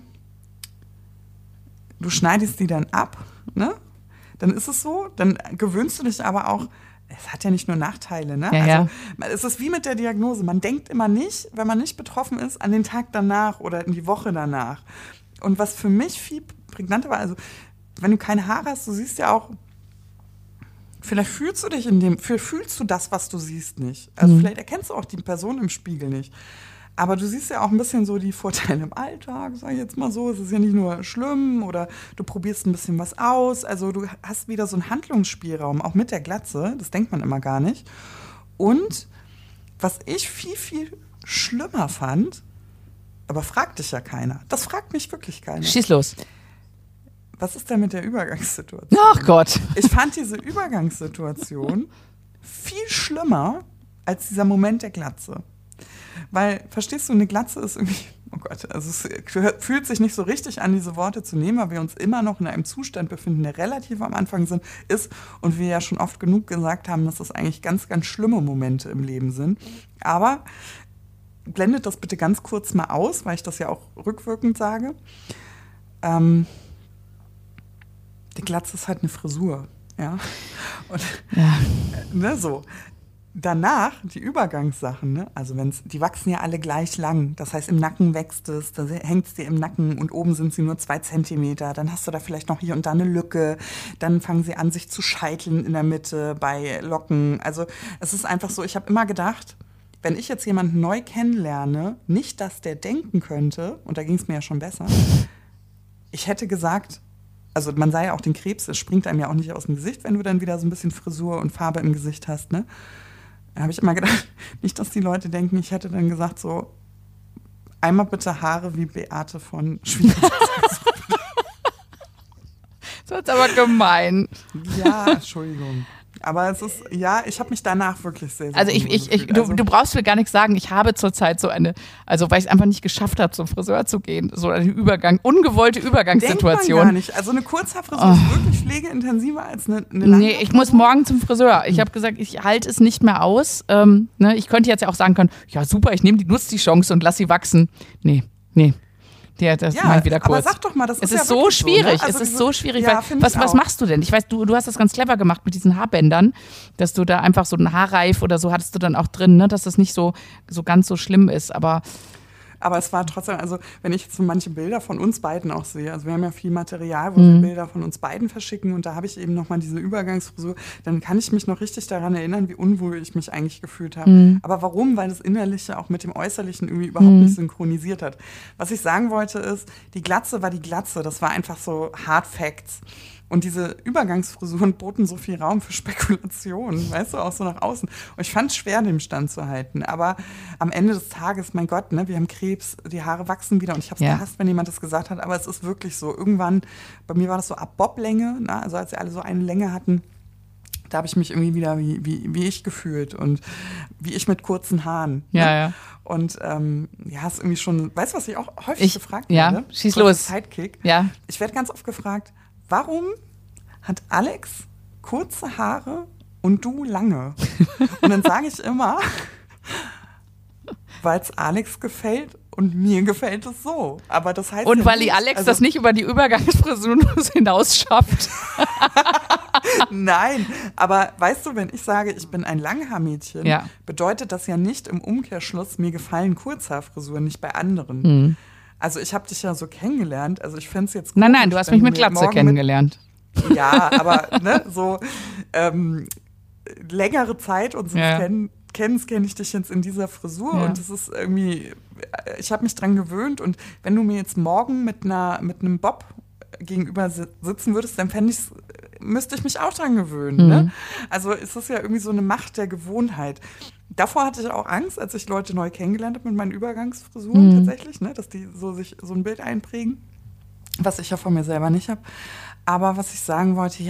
du schneidest die dann ab, ne? Dann ist es so, dann gewöhnst du dich aber auch. Es hat ja nicht nur Nachteile, ne? Ja, also es ist wie mit der Diagnose. Man denkt immer nicht, wenn man nicht betroffen ist, an den Tag danach oder in die Woche danach. Und was für mich viel prägnanter war, also wenn du keine Haare hast, du siehst ja auch, vielleicht fühlst du das, was du siehst, nicht. Also vielleicht erkennst du auch die Person im Spiegel nicht. Aber du siehst ja auch ein bisschen so die Vorteile im Alltag, sag ich jetzt mal so. Es ist ja nicht nur schlimm oder du probierst ein bisschen was aus. Also du hast wieder so einen Handlungsspielraum, auch mit der Glatze. Das denkt man immer gar nicht. Und was ich viel, viel schlimmer fand, aber fragt dich ja keiner. Das fragt mich wirklich keiner. Schieß los. Was ist denn mit der Übergangssituation? Ach Gott. Ich fand diese Übergangssituation viel schlimmer als dieser Moment der Glatze. Weil, verstehst du, eine Glatze ist irgendwie, oh Gott, also es fühlt sich nicht so richtig an, diese Worte zu nehmen, weil wir uns immer noch in einem Zustand befinden, der relativ am Anfang ist und wir ja schon oft genug gesagt haben, dass das eigentlich ganz, ganz schlimme Momente im Leben sind. Aber blendet das bitte ganz kurz mal aus, weil ich das ja auch rückwirkend sage. Die Glatze ist halt eine Frisur, ja. Und, ne, so. Danach, die Übergangssachen, ne? Also die wachsen ja alle gleich lang. Das heißt, im Nacken wächst es, da hängt es dir im Nacken und oben sind sie nur 2 Zentimeter. Dann hast du da vielleicht noch hier und da eine Lücke. Dann fangen sie an, sich zu scheiteln in der Mitte bei Locken. Also es ist einfach so, ich habe immer gedacht, wenn ich jetzt jemanden neu kennenlerne, nicht, dass der denken könnte, und da ging es mir ja schon besser, ich hätte gesagt, also man sah ja auch den Krebs, es springt einem ja auch nicht aus dem Gesicht, wenn du dann wieder so ein bisschen Frisur und Farbe im Gesicht hast, ne? Da habe ich immer gedacht, nicht, dass die Leute denken, ich hätte dann gesagt so, einmal bitte Haare wie Beate von Schwiegermeister. Das ist aber gemein. Ja, Entschuldigung. Aber es ist, ja, ich habe mich danach wirklich sehr, sehr also du brauchst mir gar nichts sagen. Ich habe zurzeit so eine, also weil ich es einfach nicht geschafft habe, zum Friseur zu gehen, so eine ungewollte Übergangssituation. Denkt man gar nicht. Also eine Kurzhaarfrisur ist wirklich pflegeintensiver als eine lange. Nee, ich muss morgen zum Friseur. Ich habe gesagt, ich halte es nicht mehr aus. Ne? Ich könnte jetzt ja auch sagen können, ja super, nutze die Chance und lass sie wachsen. Nee. Das meint wieder kurz. Aber sag doch mal, das ist ja so schwierig. So, ne? Also es ist so schwierig. Ja, was machst du denn? Ich weiß, du hast das ganz clever gemacht mit diesen Haarbändern, dass du da einfach so einen Haarreif oder so hattest du dann auch drin, ne? Dass das nicht so ganz so schlimm ist. Aber Aber es war trotzdem, also wenn ich jetzt so manche Bilder von uns beiden auch sehe, also wir haben ja viel Material, wo wir Bilder von uns beiden verschicken und da habe ich eben nochmal diese Übergangsfrisur, dann kann ich mich noch richtig daran erinnern, wie unwohl ich mich eigentlich gefühlt habe. Aber warum? Weil das Innerliche auch mit dem Äußerlichen irgendwie überhaupt nicht synchronisiert hat. Was ich sagen wollte ist, die Glatze war die Glatze, das war einfach so Hard Facts. Und diese Übergangsfrisuren boten so viel Raum für Spekulationen, weißt du, auch so nach außen. Und ich fand es schwer, dem Stand zu halten. Aber am Ende des Tages, mein Gott, ne, wir haben Krebs, die Haare wachsen wieder. Und ich habe es gehasst, wenn jemand das gesagt hat. Aber es ist wirklich so. Irgendwann, bei mir war das so ab Bob-Länge, ne, also als sie alle so eine Länge hatten, da habe ich mich irgendwie wieder wie ich gefühlt und wie ich mit kurzen Haaren. Ja, ne? ja. Und ist irgendwie schon, weißt du, was ich auch häufig gefragt werde? Ja, schieß los. Sidekick. Ja. Ich werde ganz oft gefragt, warum hat Alex kurze Haare und du lange? Und dann sage ich immer, weil es Alex gefällt und mir gefällt es so. Aber das heißt und weil die Alex das nicht über die Übergangsfrisur hinaus schafft. Nein, aber weißt du, wenn ich sage, ich bin ein Langhaarmädchen, bedeutet das ja nicht im Umkehrschluss, mir gefallen Kurzhaarfrisuren, nicht bei anderen. Also ich habe dich ja so kennengelernt, also ich fände es jetzt gut. Nein, du hast mich mit Glatze kennengelernt. Ja, aber ne, so längere Zeit und kenne ich dich jetzt in dieser Frisur und es ist irgendwie, ich habe mich dran gewöhnt und wenn du mir jetzt morgen mit einem Bob gegenüber sitzen würdest, dann müsste ich mich auch dran gewöhnen. Ne? Also es ist ja irgendwie so eine Macht der Gewohnheit. Davor hatte ich auch Angst, als ich Leute neu kennengelernt habe mit meinen Übergangsfrisuren tatsächlich, ne, dass die sich so ein Bild einprägen, was ich ja von mir selber nicht habe. Aber was ich sagen wollte,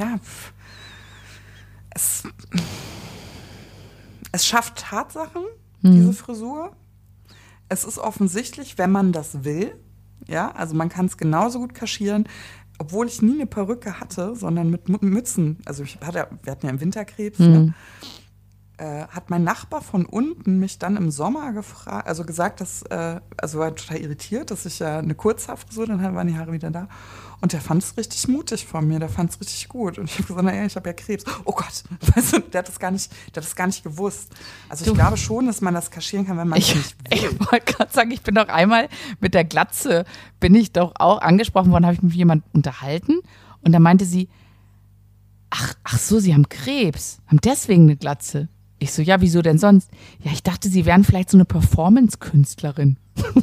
es schafft Tatsachen, diese Frisur. Es ist offensichtlich, wenn man das will. Ja, also man kann es genauso gut kaschieren, obwohl ich nie eine Perücke hatte, sondern mit Mützen. Also wir hatten ja im Winterkrebs. Ne? Hat mein Nachbar von unten mich dann im Sommer gefragt, also gesagt, war total irritiert, dass ich ja eine Kurzhaarfrisur, dann waren die Haare wieder da. Und der fand es richtig mutig von mir, der fand es richtig gut. Und ich habe gesagt, naja, ich habe ja Krebs. Oh Gott, weißt du, der hat das gar nicht gewusst. Also ich glaube schon, dass man das kaschieren kann, wenn man es nicht will. Ich wollte gerade sagen, ich bin doch einmal mit der Glatze, bin ich doch auch angesprochen worden, habe ich mich mit jemandem unterhalten. Und da meinte sie, ach so, Sie haben Krebs, haben deswegen eine Glatze. Ich so, ja, wieso denn sonst? Ja, ich dachte, Sie wären vielleicht so eine Performance-Künstlerin.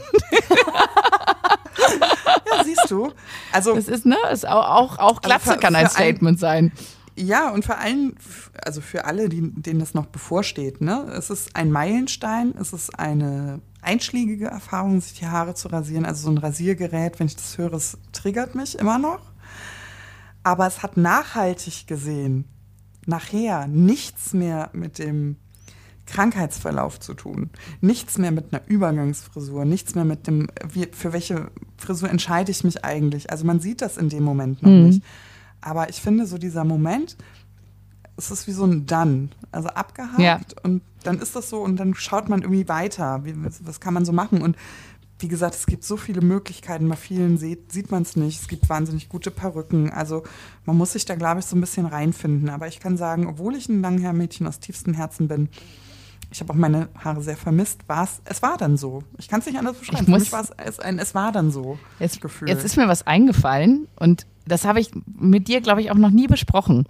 Ja, siehst du. Also, das ist, auch Glatze kann ein Statement sein. Ja, und vor allem, also für alle, denen das noch bevorsteht, ne? Es ist ein Meilenstein, es ist eine einschlägige Erfahrung, sich die Haare zu rasieren. Also so ein Rasiergerät, wenn ich das höre, es triggert mich immer noch. Aber es hat nachhaltig gesehen nachher nichts mehr mit dem Krankheitsverlauf zu tun. Nichts mehr mit einer Übergangsfrisur, nichts mehr mit dem, für welche Frisur entscheide ich mich eigentlich. Also man sieht das in dem Moment noch nicht. Aber ich finde so dieser Moment, es ist wie so ein Dann, also abgehakt und dann ist das so und dann schaut man irgendwie weiter. Was kann man so machen? Und wie gesagt, es gibt so viele Möglichkeiten. Bei vielen sieht man es nicht. Es gibt wahnsinnig gute Perücken. Also man muss sich da, glaube ich, so ein bisschen reinfinden. Aber ich kann sagen, obwohl ich ein Langhaarmädchen aus tiefstem Herzen bin, ich habe auch meine Haare sehr vermisst, es war dann so. Ich kann es nicht anders beschreiben. Für mich war es war dann so. Gefühl. Jetzt ist mir was eingefallen und das habe ich mit dir, glaube ich, auch noch nie besprochen.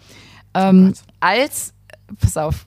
Pass auf,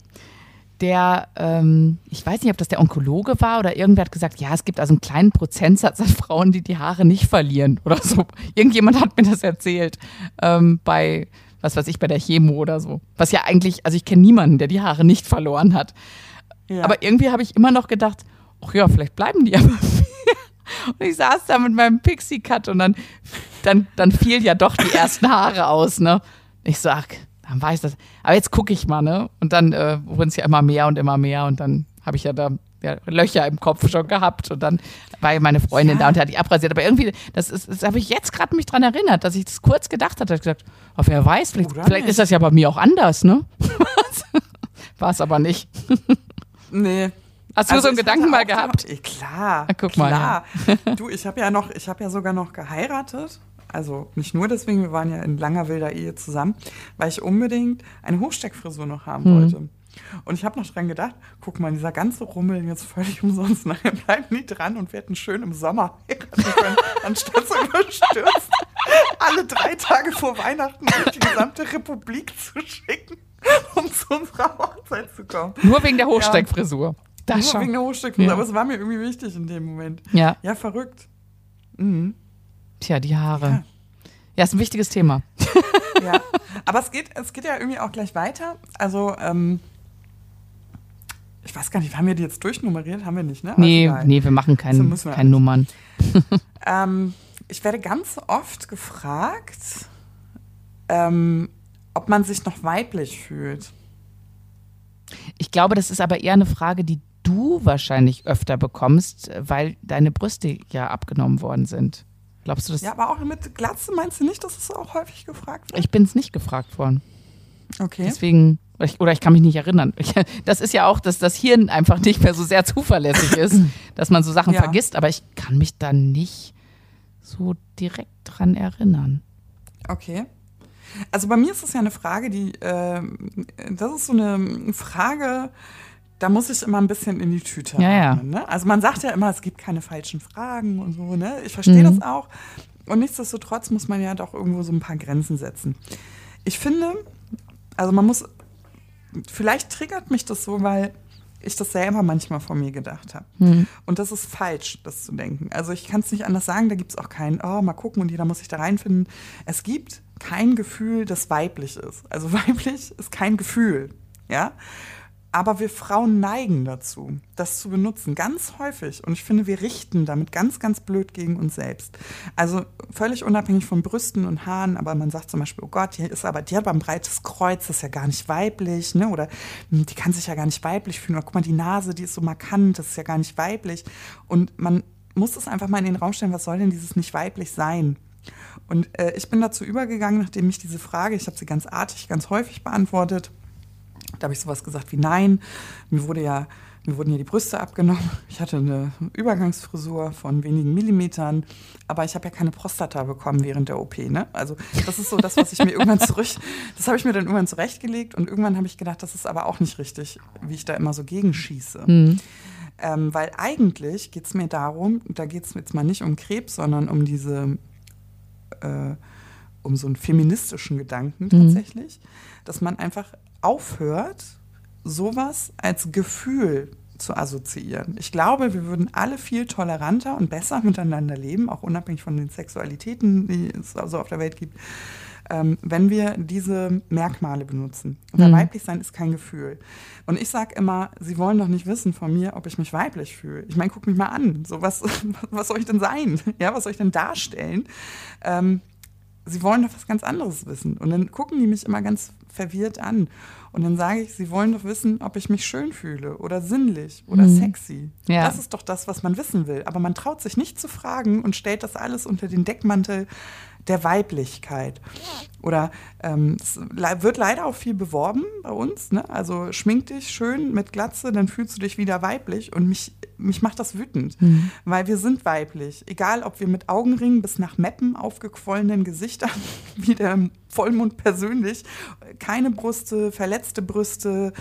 ich weiß nicht, ob das der Onkologe war oder irgendwer hat gesagt, ja, es gibt also einen kleinen Prozentsatz an Frauen, die Haare nicht verlieren oder so. Irgendjemand hat mir das erzählt bei, was weiß ich, bei der Chemo oder so. Was ja eigentlich, also ich kenne niemanden, der die Haare nicht verloren hat. Ja. Aber irgendwie habe ich immer noch gedacht, ach ja, vielleicht bleiben die aber Und ich saß da mit meinem Pixie-Cut und dann fielen ja doch die ersten Haare aus, ne? Ich sag, dann weiß das. Aber jetzt gucke ich mal, ne? Und dann wurden es ja immer mehr und dann habe ich ja da Löcher im Kopf schon gehabt und dann war meine Freundin da und hat die abrasiert. Aber irgendwie, das habe ich jetzt gerade mich dran erinnert, dass ich das kurz gedacht hatte. Ich gesagt, oh, wer weiß, vielleicht ist das ja bei mir auch anders, ne? War es aber nicht. Nee. Hast du so einen Gedanken mal gehabt? Klar, guck klar. Mal, ja. Du, ich habe ja sogar noch geheiratet. Also nicht nur deswegen, wir waren ja in langer wilder Ehe zusammen, weil ich unbedingt eine Hochsteckfrisur noch haben wollte. Und ich habe noch dran gedacht, guck mal, dieser ganze Rummel jetzt völlig umsonst. Nachher bleiben die dran und wir hätten schön im Sommer heiraten können, anstatt so überstürzt alle 3 Tage vor Weihnachten durch die gesamte Republik zu schicken, um zu unserer Hochzeit zu kommen. Nur wegen der Hochsteckfrisur. Ja, nur wegen der Hochsteckfrisur, ja. Aber es war mir irgendwie wichtig in dem Moment. Ja, ja, verrückt. Mhm. Tja, die Haare. Ja, ist ein wichtiges Thema. Ja, aber es geht ja irgendwie auch gleich weiter. Also, ich weiß gar nicht, haben wir die jetzt durchnummeriert? Haben wir nicht, ne? Nee, wir machen keine Nummern. Ich werde ganz oft gefragt, ob man sich noch weiblich fühlt. Ich glaube, das ist aber eher eine Frage, die du wahrscheinlich öfter bekommst, weil deine Brüste ja abgenommen worden sind. Glaubst du das? Ja, aber auch mit Glatze meinst du nicht, dass es auch häufig gefragt wird? Ich bin es nicht gefragt worden. Okay. Deswegen, oder ich kann mich nicht erinnern. Das ist ja auch, dass das Hirn einfach nicht mehr so sehr zuverlässig ist, dass man so Sachen vergisst, aber ich kann mich da nicht so direkt dran erinnern. Okay. Also bei mir ist es ja eine Frage, das ist so eine Frage, da muss ich immer ein bisschen in die Tüte atmen. Ne? Also man sagt ja immer, es gibt keine falschen Fragen und so. Ne? Ich verstehe das auch. Und nichtsdestotrotz muss man ja doch irgendwo so ein paar Grenzen setzen. Ich finde, also vielleicht triggert mich das so, weil ich das selber manchmal von mir gedacht habe. Und das ist falsch, das zu denken. Also ich kann es nicht anders sagen, da gibt es auch kein, mal gucken und jeder muss sich da reinfinden. Es gibt kein Gefühl, das weiblich ist. Also weiblich ist kein Gefühl, ja. Aber wir Frauen neigen dazu, das zu benutzen, ganz häufig. Und ich finde, wir richten damit ganz, ganz blöd gegen uns selbst. Also völlig unabhängig von Brüsten und Haaren, aber man sagt zum Beispiel, oh Gott, die hat aber ein breites Kreuz, das ist ja gar nicht weiblich, ne? Oder die kann sich ja gar nicht weiblich fühlen. Oder guck mal, die Nase, die ist so markant, das ist ja gar nicht weiblich. Und man muss es einfach mal in den Raum stellen, was soll denn dieses nicht weiblich sein? Und ich bin dazu übergegangen, nachdem ich diese Frage, ich habe sie ganz artig, ganz häufig beantwortet. Da habe ich sowas gesagt wie nein, mir wurden ja die Brüste abgenommen. Ich hatte eine Übergangsfrisur von wenigen Millimetern, aber ich habe ja keine Prostata bekommen während der OP. Ne? Also das ist so das, was ich mir das habe ich mir dann irgendwann zurechtgelegt und irgendwann habe ich gedacht, das ist aber auch nicht richtig, wie ich da immer so gegenschieße. Weil eigentlich geht es mir darum, da geht es jetzt mal nicht um Krebs, sondern um um so einen feministischen Gedanken tatsächlich, dass man einfach aufhört, sowas als Gefühl zu assoziieren. Ich glaube, wir würden alle viel toleranter und besser miteinander leben, auch unabhängig von den Sexualitäten, die es also auf der Welt gibt, wenn wir diese Merkmale benutzen. Weil weiblich sein ist kein Gefühl. Und ich sage immer, Sie wollen doch nicht wissen von mir, ob ich mich weiblich fühle. Ich meine, guck mich mal an. So, was soll ich denn sein? Ja, was soll ich denn darstellen? Sie wollen doch was ganz anderes wissen. Und dann gucken die mich immer ganz verwirrt an. Und dann sage ich, sie wollen doch wissen, ob ich mich schön fühle oder sinnlich oder sexy. Ja. Das ist doch das, was man wissen will. Aber man traut sich nicht zu fragen und stellt das alles unter den Deckmantel der Weiblichkeit. Oder es wird leider auch viel beworben bei uns. Ne? Also schmink dich schön mit Glatze, dann fühlst du dich wieder weiblich. Und mich macht das wütend, weil wir sind weiblich. Egal, ob wir mit Augenringen bis nach Meppen aufgequollenen Gesichtern, wie der Vollmond persönlich, keine Brüste, verletzte Brüste.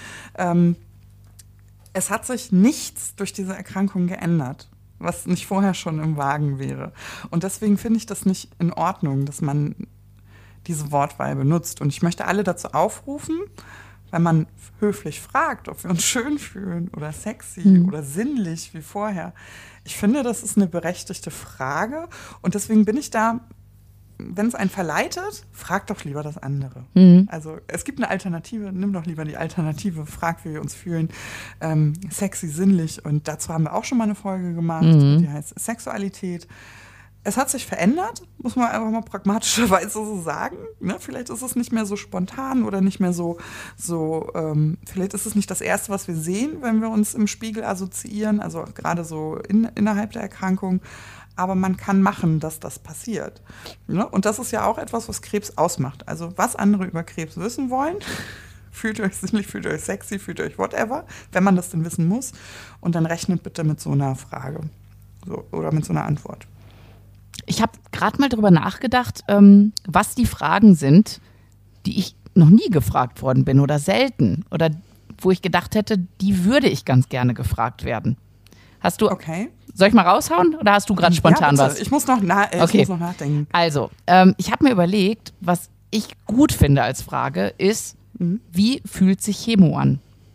Es hat sich nichts durch diese Erkrankung geändert, was nicht vorher schon im Wagen wäre. Und deswegen finde ich das nicht in Ordnung, dass man diese Wortwahl benutzt. Und ich möchte alle dazu aufrufen, wenn man höflich fragt, ob wir uns schön fühlen oder sexy oder sinnlich wie vorher. Ich finde, das ist eine berechtigte Frage. Und deswegen bin ich da, wenn es einen verleitet, frag doch lieber das andere. Also es gibt eine Alternative, nimm doch lieber die Alternative, frag, wie wir uns fühlen. Sexy, sinnlich. Und dazu haben wir auch schon mal eine Folge gemacht, die heißt Sexualität. Es hat sich verändert, muss man einfach mal pragmatischerweise so sagen. Ne? Vielleicht ist es nicht mehr so spontan oder nicht mehr so vielleicht ist es nicht das Erste, was wir sehen, wenn wir uns im Spiegel assoziieren, also gerade so innerhalb der Erkrankung. Aber man kann machen, dass das passiert. Ne? Und das ist ja auch etwas, was Krebs ausmacht. Also was andere über Krebs wissen wollen, fühlt ihr euch sinnlich, fühlt ihr euch sexy, fühlt ihr euch whatever, wenn man das denn wissen muss. Und dann rechnet bitte mit so einer Frage oder mit so einer Antwort. Ich habe gerade mal drüber nachgedacht, was die Fragen sind, die ich noch nie gefragt worden bin oder selten. Oder wo ich gedacht hätte, die würde ich ganz gerne gefragt werden. Hast du, okay. Soll ich mal raushauen oder hast du gerade spontan was? Ich muss noch nachdenken. Also, ich habe mir überlegt, was ich gut finde als Frage ist, wie fühlt sich Chemo an?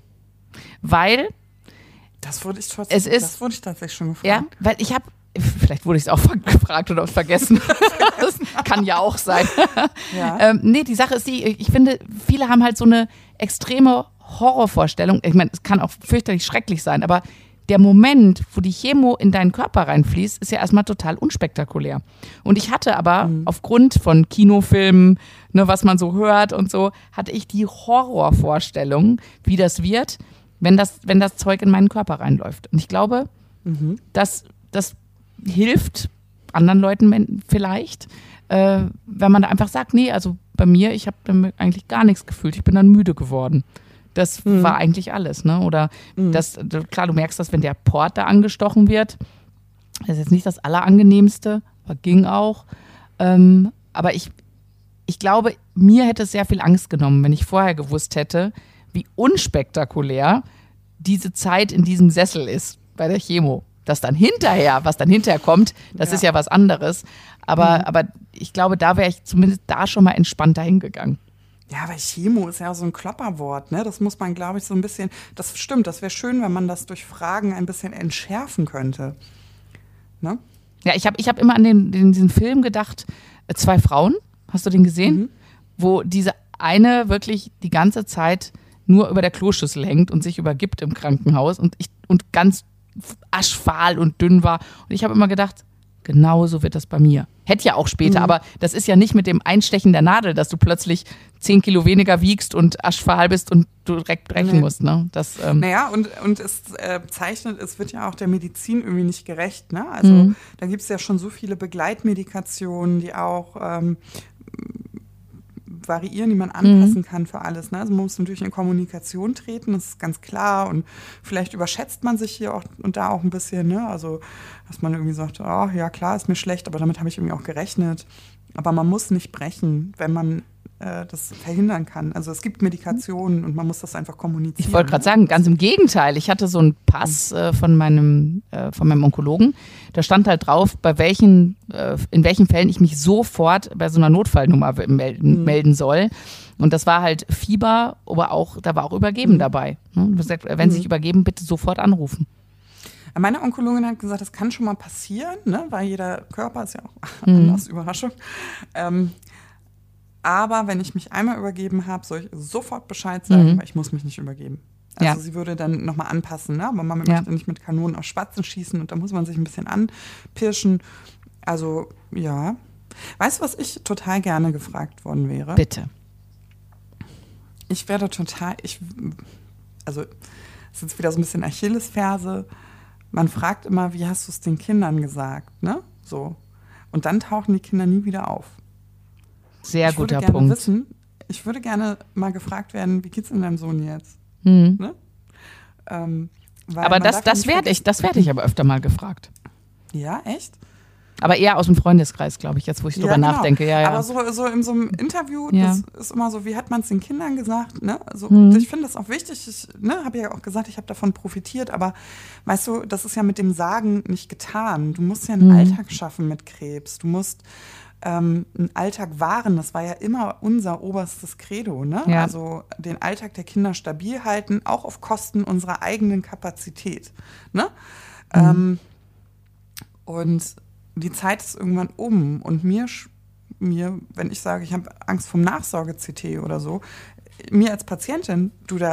Weil das wurde ich tatsächlich schon gefragt. Ja, weil vielleicht wurde ich es auch gefragt oder vergessen. Das kann ja auch sein. Ja. Die Sache ist ich finde, viele haben halt so eine extreme Horrorvorstellung. Ich meine, es kann auch fürchterlich schrecklich sein, aber der Moment, wo die Chemo in deinen Körper reinfließt, ist ja erstmal total unspektakulär. Und ich hatte aber aufgrund von Kinofilmen, ne, was man so hört und so, hatte ich die Horrorvorstellung, wie das wird, wenn das Zeug in meinen Körper reinläuft. Und ich glaube, dass das hilft anderen Leuten vielleicht, wenn man da einfach sagt, nee, also bei mir, ich habe damit eigentlich gar nichts gefühlt, ich bin dann müde geworden. Das war eigentlich alles, ne? Oder klar, du merkst das, wenn der Port da angestochen wird. Das ist jetzt nicht das Allerangenehmste, aber ging auch. Aber ich glaube, mir hätte es sehr viel Angst genommen, wenn ich vorher gewusst hätte, wie unspektakulär diese Zeit in diesem Sessel ist bei der Chemo. Was dann hinterher kommt, das ist ja was anderes. Aber ich glaube, da wäre ich zumindest da schon mal entspannter hingegangen. Ja, weil Chemo ist ja so ein Klopperwort, ne? Das muss man, glaube ich, so ein bisschen, das stimmt, das wäre schön, wenn man das durch Fragen ein bisschen entschärfen könnte. Ne? Ja, ich hab immer an diesen Film gedacht, 2 Frauen, hast du den gesehen? Wo diese eine wirklich die ganze Zeit nur über der Kloschüssel hängt und sich übergibt im Krankenhaus und ganz aschfahl und dünn war. Und ich habe immer gedacht, genauso wird das bei mir. Hätte ja auch später, aber das ist ja nicht mit dem Einstechen der Nadel, dass du plötzlich 10 Kilo weniger wiegst und aschfahl bist und du direkt brechen musst. Ne? Naja, und es es wird ja auch der Medizin irgendwie nicht gerecht. Ne? Also da gibt es ja schon so viele Begleitmedikationen, die auch variieren, die man anpassen kann für alles. Ne? Also man muss natürlich in Kommunikation treten, das ist ganz klar. Und vielleicht überschätzt man sich hier auch und da auch ein bisschen. Ne? Also, dass man irgendwie sagt, oh, ja klar, ist mir schlecht, aber damit habe ich irgendwie auch gerechnet. Aber man muss nicht brechen, wenn man das verhindern kann. Also es gibt Medikationen und man muss das einfach kommunizieren. Ich wollte gerade sagen, ganz im Gegenteil. Ich hatte so einen Pass von meinem Onkologen. Da stand halt drauf, in welchen Fällen ich mich sofort bei so einer Notfallnummer melden soll. Und das war halt Fieber, aber da war auch Übergeben dabei. Wenn Sie sich übergeben, bitte sofort anrufen. Meine Onkologin hat gesagt, das kann schon mal passieren, ne? Weil jeder Körper ist ja auch anders, Überraschung. Aber wenn ich mich einmal übergeben habe, soll ich sofort Bescheid sagen, weil ich muss mich nicht übergeben. Also sie würde dann nochmal anpassen, ne? Aber man möchte nicht mit Kanonen auf Spatzen schießen und da muss man sich ein bisschen anpirschen. Also, ja. Weißt du, was ich total gerne gefragt worden wäre? Bitte. Ich werde also, es ist jetzt wieder so ein bisschen Achillesferse. Man fragt immer, wie hast du es den Kindern gesagt, ne? So. Und dann tauchen die Kinder nie wieder auf. Sehr guter Punkt. Ich würde gerne mal gefragt werden, wie geht's in deinem Sohn jetzt? Ne? Aber das werde ich aber öfter mal gefragt. Ja, echt? Aber eher aus dem Freundeskreis, glaube ich, jetzt, wo ich drüber nachdenke. Ja, ja. Aber so in so einem Interview, das ist immer so, wie hat man es den Kindern gesagt? Ne? Also, ich finde das auch wichtig. Ich habe ja auch gesagt, ich habe davon profitiert. Aber weißt du, das ist ja mit dem Sagen nicht getan. Du musst ja einen Alltag schaffen mit Krebs. Du musst einen Alltag wahren. Das war ja immer unser oberstes Credo. Ne? Ja. Also den Alltag der Kinder stabil halten, auch auf Kosten unserer eigenen Kapazität. Ne? Und die Zeit ist irgendwann um und mir, wenn ich sage, ich habe Angst vom Nachsorge-CT oder so, mir als Patientin,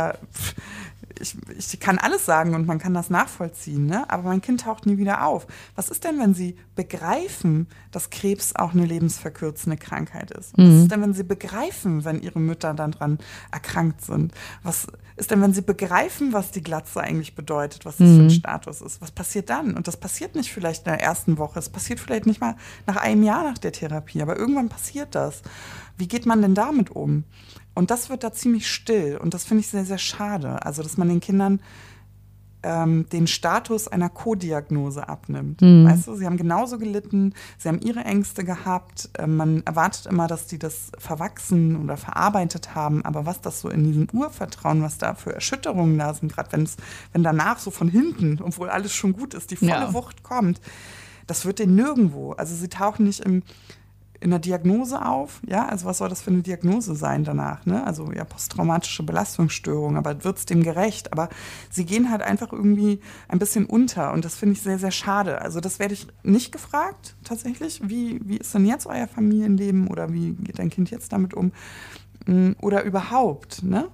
ich kann alles sagen und man kann das nachvollziehen, ne? Aber mein Kind taucht nie wieder auf. Was ist denn, wenn Sie begreifen, dass Krebs auch eine lebensverkürzende Krankheit ist? Was ist denn, wenn Sie begreifen, wenn Ihre Mütter dann dran erkrankt sind? Was ist denn, wenn Sie begreifen, was die Glatze eigentlich bedeutet, was das für ein Status ist? Was passiert dann? Und das passiert nicht vielleicht in der ersten Woche, es passiert vielleicht nicht mal nach einem Jahr nach der Therapie, aber irgendwann passiert das. Wie geht man denn damit um? Und das wird da ziemlich still und das finde ich sehr, sehr schade. Also, dass man den Kindern den Status einer Co-Diagnose abnimmt. Weißt du, sie haben genauso gelitten, sie haben ihre Ängste gehabt, man erwartet immer, dass die das verwachsen oder verarbeitet haben, aber was das so in diesem Urvertrauen, was da für Erschütterungen da sind, gerade wenn danach so von hinten, obwohl alles schon gut ist, die volle Wucht kommt, das wird denen nirgendwo. Also sie tauchen nicht in der Diagnose auf, ja, also was soll das für eine Diagnose sein danach, ne? Also ja, posttraumatische Belastungsstörung, aber wird es dem gerecht? Aber sie gehen halt einfach irgendwie ein bisschen unter und das finde ich sehr, sehr schade. Also das werde ich nicht gefragt, tatsächlich. Wie ist denn jetzt euer Familienleben oder wie geht dein Kind jetzt damit um? Oder überhaupt, ne?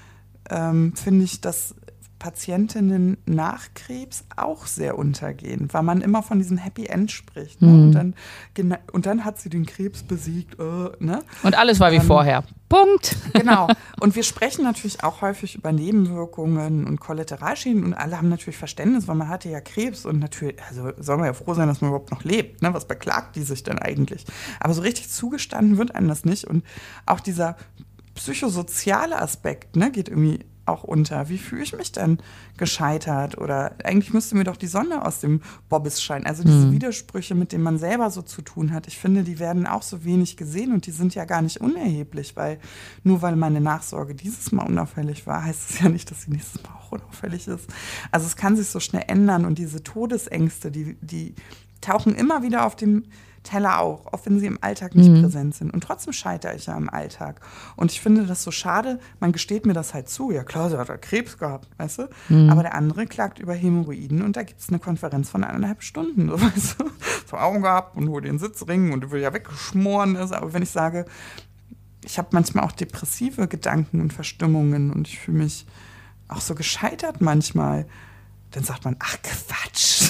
Finde ich, dass Patientinnen nach Krebs auch sehr untergehen, weil man immer von diesem Happy End spricht. Ne? Und dann hat sie den Krebs besiegt. Ne? Und alles war wie vorher. Punkt. Genau. Und wir sprechen natürlich auch häufig über Nebenwirkungen und Kollateralschäden und alle haben natürlich Verständnis, weil man hatte ja Krebs und natürlich, also soll man ja froh sein, dass man überhaupt noch lebt. Ne? Was beklagt die sich denn eigentlich? Aber so richtig zugestanden wird einem das nicht. Und auch dieser psychosoziale Aspekt, ne, geht irgendwie auch unter. Wie fühle ich mich denn gescheitert? Oder eigentlich müsste mir doch die Sonne aus dem Bobbes scheinen. Also diese Widersprüche, mit denen man selber so zu tun hat, ich finde, die werden auch so wenig gesehen und die sind ja gar nicht unerheblich, weil nur weil meine Nachsorge dieses Mal unauffällig war, heißt es ja nicht, dass sie nächstes Mal auch unauffällig ist. Also es kann sich so schnell ändern und diese Todesängste, die tauchen immer wieder auf dem Teller auch wenn sie im Alltag nicht präsent sind. Und trotzdem scheitere ich ja im Alltag. Und ich finde das so schade, man gesteht mir das halt zu. Ja klar, sie hat ja Krebs gehabt, weißt du? Aber der andere klagt über Hämorrhoiden und da gibt es eine Konferenz von 1,5 Stunden, so, weißt du? So Augen gehabt und nur den Sitzring und die will ja weggeschmoren ist. Aber wenn ich sage, ich habe manchmal auch depressive Gedanken und Verstimmungen und ich fühle mich auch so gescheitert manchmal, dann sagt man, ach Quatsch.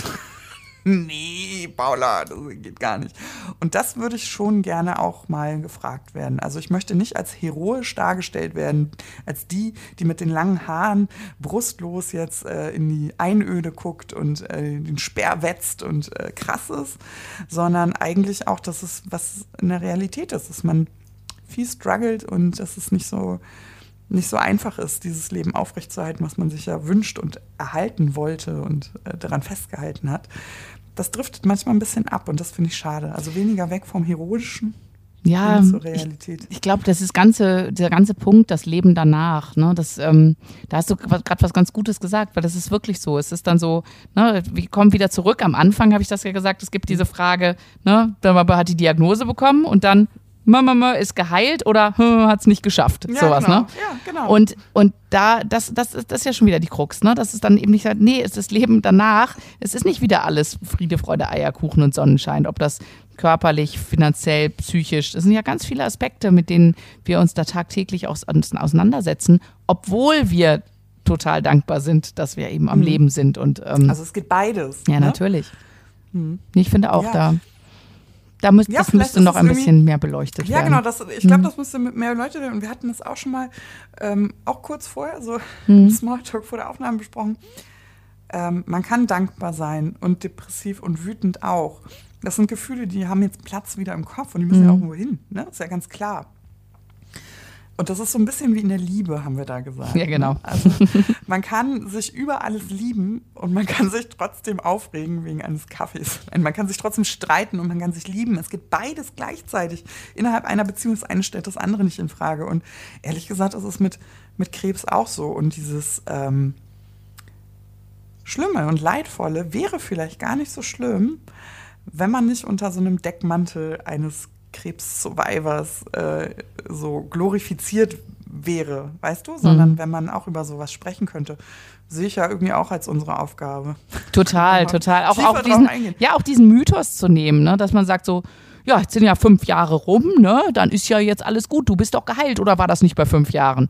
Nee, Paula, das geht gar nicht. Und das würde ich schon gerne auch mal gefragt werden. Also ich möchte nicht als heroisch dargestellt werden, als die mit den langen Haaren brustlos jetzt in die Einöde guckt und den Speer wetzt und krass ist, sondern eigentlich auch, dass es was in der Realität ist, dass man viel struggelt und dass es nicht so einfach ist, dieses Leben aufrechtzuerhalten, was man sich ja wünscht und erhalten wollte und daran festgehalten hat. Das driftet manchmal ein bisschen ab und das finde ich schade. Also weniger weg vom Heroischen hin zur Realität. Ich glaube, dieser ganze Punkt, das Leben danach, ne, da hast du gerade was ganz Gutes gesagt, weil das ist wirklich so. Es ist dann so, ne, wir kommen wieder zurück. Am Anfang habe ich das ja gesagt, es gibt diese Frage, ne, man hat die Diagnose bekommen und dann Mama ist geheilt oder hat es nicht geschafft. Ja, sowas, genau. Ne? Ja, genau. Und das ist ja schon wieder die Krux, ne? Das ist dann eben nicht, nee, es ist das Leben danach. Es ist nicht wieder alles Friede, Freude, Eierkuchen und Sonnenschein. Ob das körperlich, finanziell, psychisch, das sind ja ganz viele Aspekte, mit denen wir uns da tagtäglich auseinandersetzen, obwohl wir total dankbar sind, dass wir eben am Leben sind. Und, also es geht beides. Ja, ne? Natürlich. Ich finde auch das müsste noch ein bisschen mehr beleuchtet werden. Ja, genau. Ich glaube, das müsste mit mehr Leute, und wir hatten das auch schon mal, auch kurz vorher, so im Smalltalk vor der Aufnahme besprochen. Man kann dankbar sein und depressiv und wütend auch. Das sind Gefühle, die haben jetzt Platz wieder im Kopf und die müssen ja auch irgendwo hin. Ne? Ist ja ganz klar. Und das ist so ein bisschen wie in der Liebe, haben wir da gesagt. Ja, genau. Also man kann sich über alles lieben und man kann sich trotzdem aufregen wegen eines Kaffees. Man kann sich trotzdem streiten und man kann sich lieben. Es geht beides gleichzeitig. Innerhalb einer Beziehung, das eine stellt das andere nicht in Frage. Und ehrlich gesagt, das ist mit Krebs auch so. Und dieses Schlimme und Leidvolle wäre vielleicht gar nicht so schlimm, wenn man nicht unter so einem Deckmantel eines Krebs-Survivors so glorifiziert wäre, weißt du? Sondern wenn man auch über sowas sprechen könnte. Sehe ich ja irgendwie auch als unsere Aufgabe. Total. Auch diesen Mythos zu nehmen, ne? Dass man sagt so, ja, jetzt sind ja 5 Jahre rum, ne? Dann ist ja jetzt alles gut, du bist doch geheilt. Oder war das nicht bei 5 Jahren?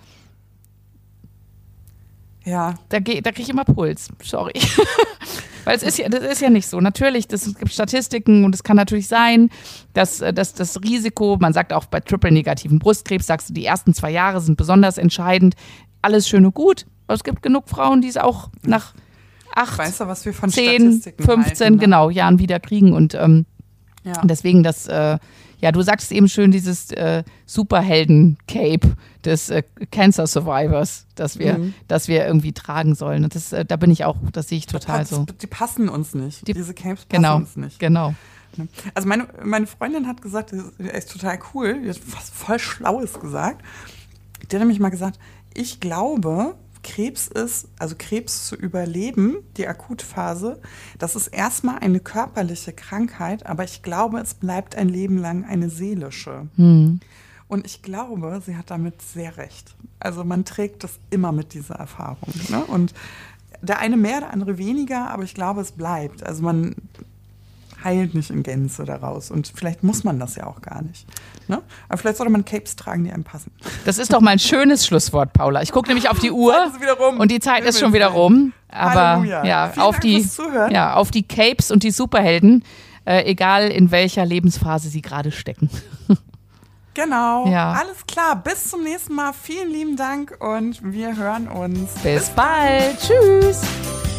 Ja. Da kriege ich immer Puls, sorry. Weil das ist ja nicht so. Natürlich, es gibt Statistiken und es kann natürlich sein, dass das Risiko, man sagt auch bei triple-negativen Brustkrebs, sagst du, die ersten 2 Jahre sind besonders entscheidend. Alles schön und gut, aber es gibt genug Frauen, die es auch nach 8, weißt du, was wir von 10, 15 halten, ne? Jahren wieder kriegen. Und Ja. Und deswegen das, du sagtest eben schön, dieses Superhelden-Cape des Cancer Survivors, das wir irgendwie tragen sollen. Und da bin ich auch, das sehe ich total so. Die passen uns nicht. Diese Capes passen uns nicht. Genau. Also meine Freundin hat gesagt, er ist total cool, die hat was voll Schlaues gesagt. Die hat nämlich mal gesagt, ich glaube, Krebs zu überleben, die Akutphase, das ist erstmal eine körperliche Krankheit, aber ich glaube, es bleibt ein Leben lang eine seelische. Und ich glaube, sie hat damit sehr recht. Also man trägt das immer mit dieser Erfahrung. Ne? Und der eine mehr, der andere weniger, aber ich glaube, es bleibt. Also man heilt nicht in Gänze daraus. Und vielleicht muss man das ja auch gar nicht. Ne? Aber vielleicht sollte man Capes tragen, die einem passen. Das ist doch mal ein schönes Schlusswort, Paula. Ich gucke nämlich auf die Uhr und die Zeit ist schon wieder rum. Aber auf die Capes und die Superhelden, egal in welcher Lebensphase sie gerade stecken. Genau, alles klar. Bis zum nächsten Mal. Vielen lieben Dank und wir hören uns. Bis bald. Tschüss.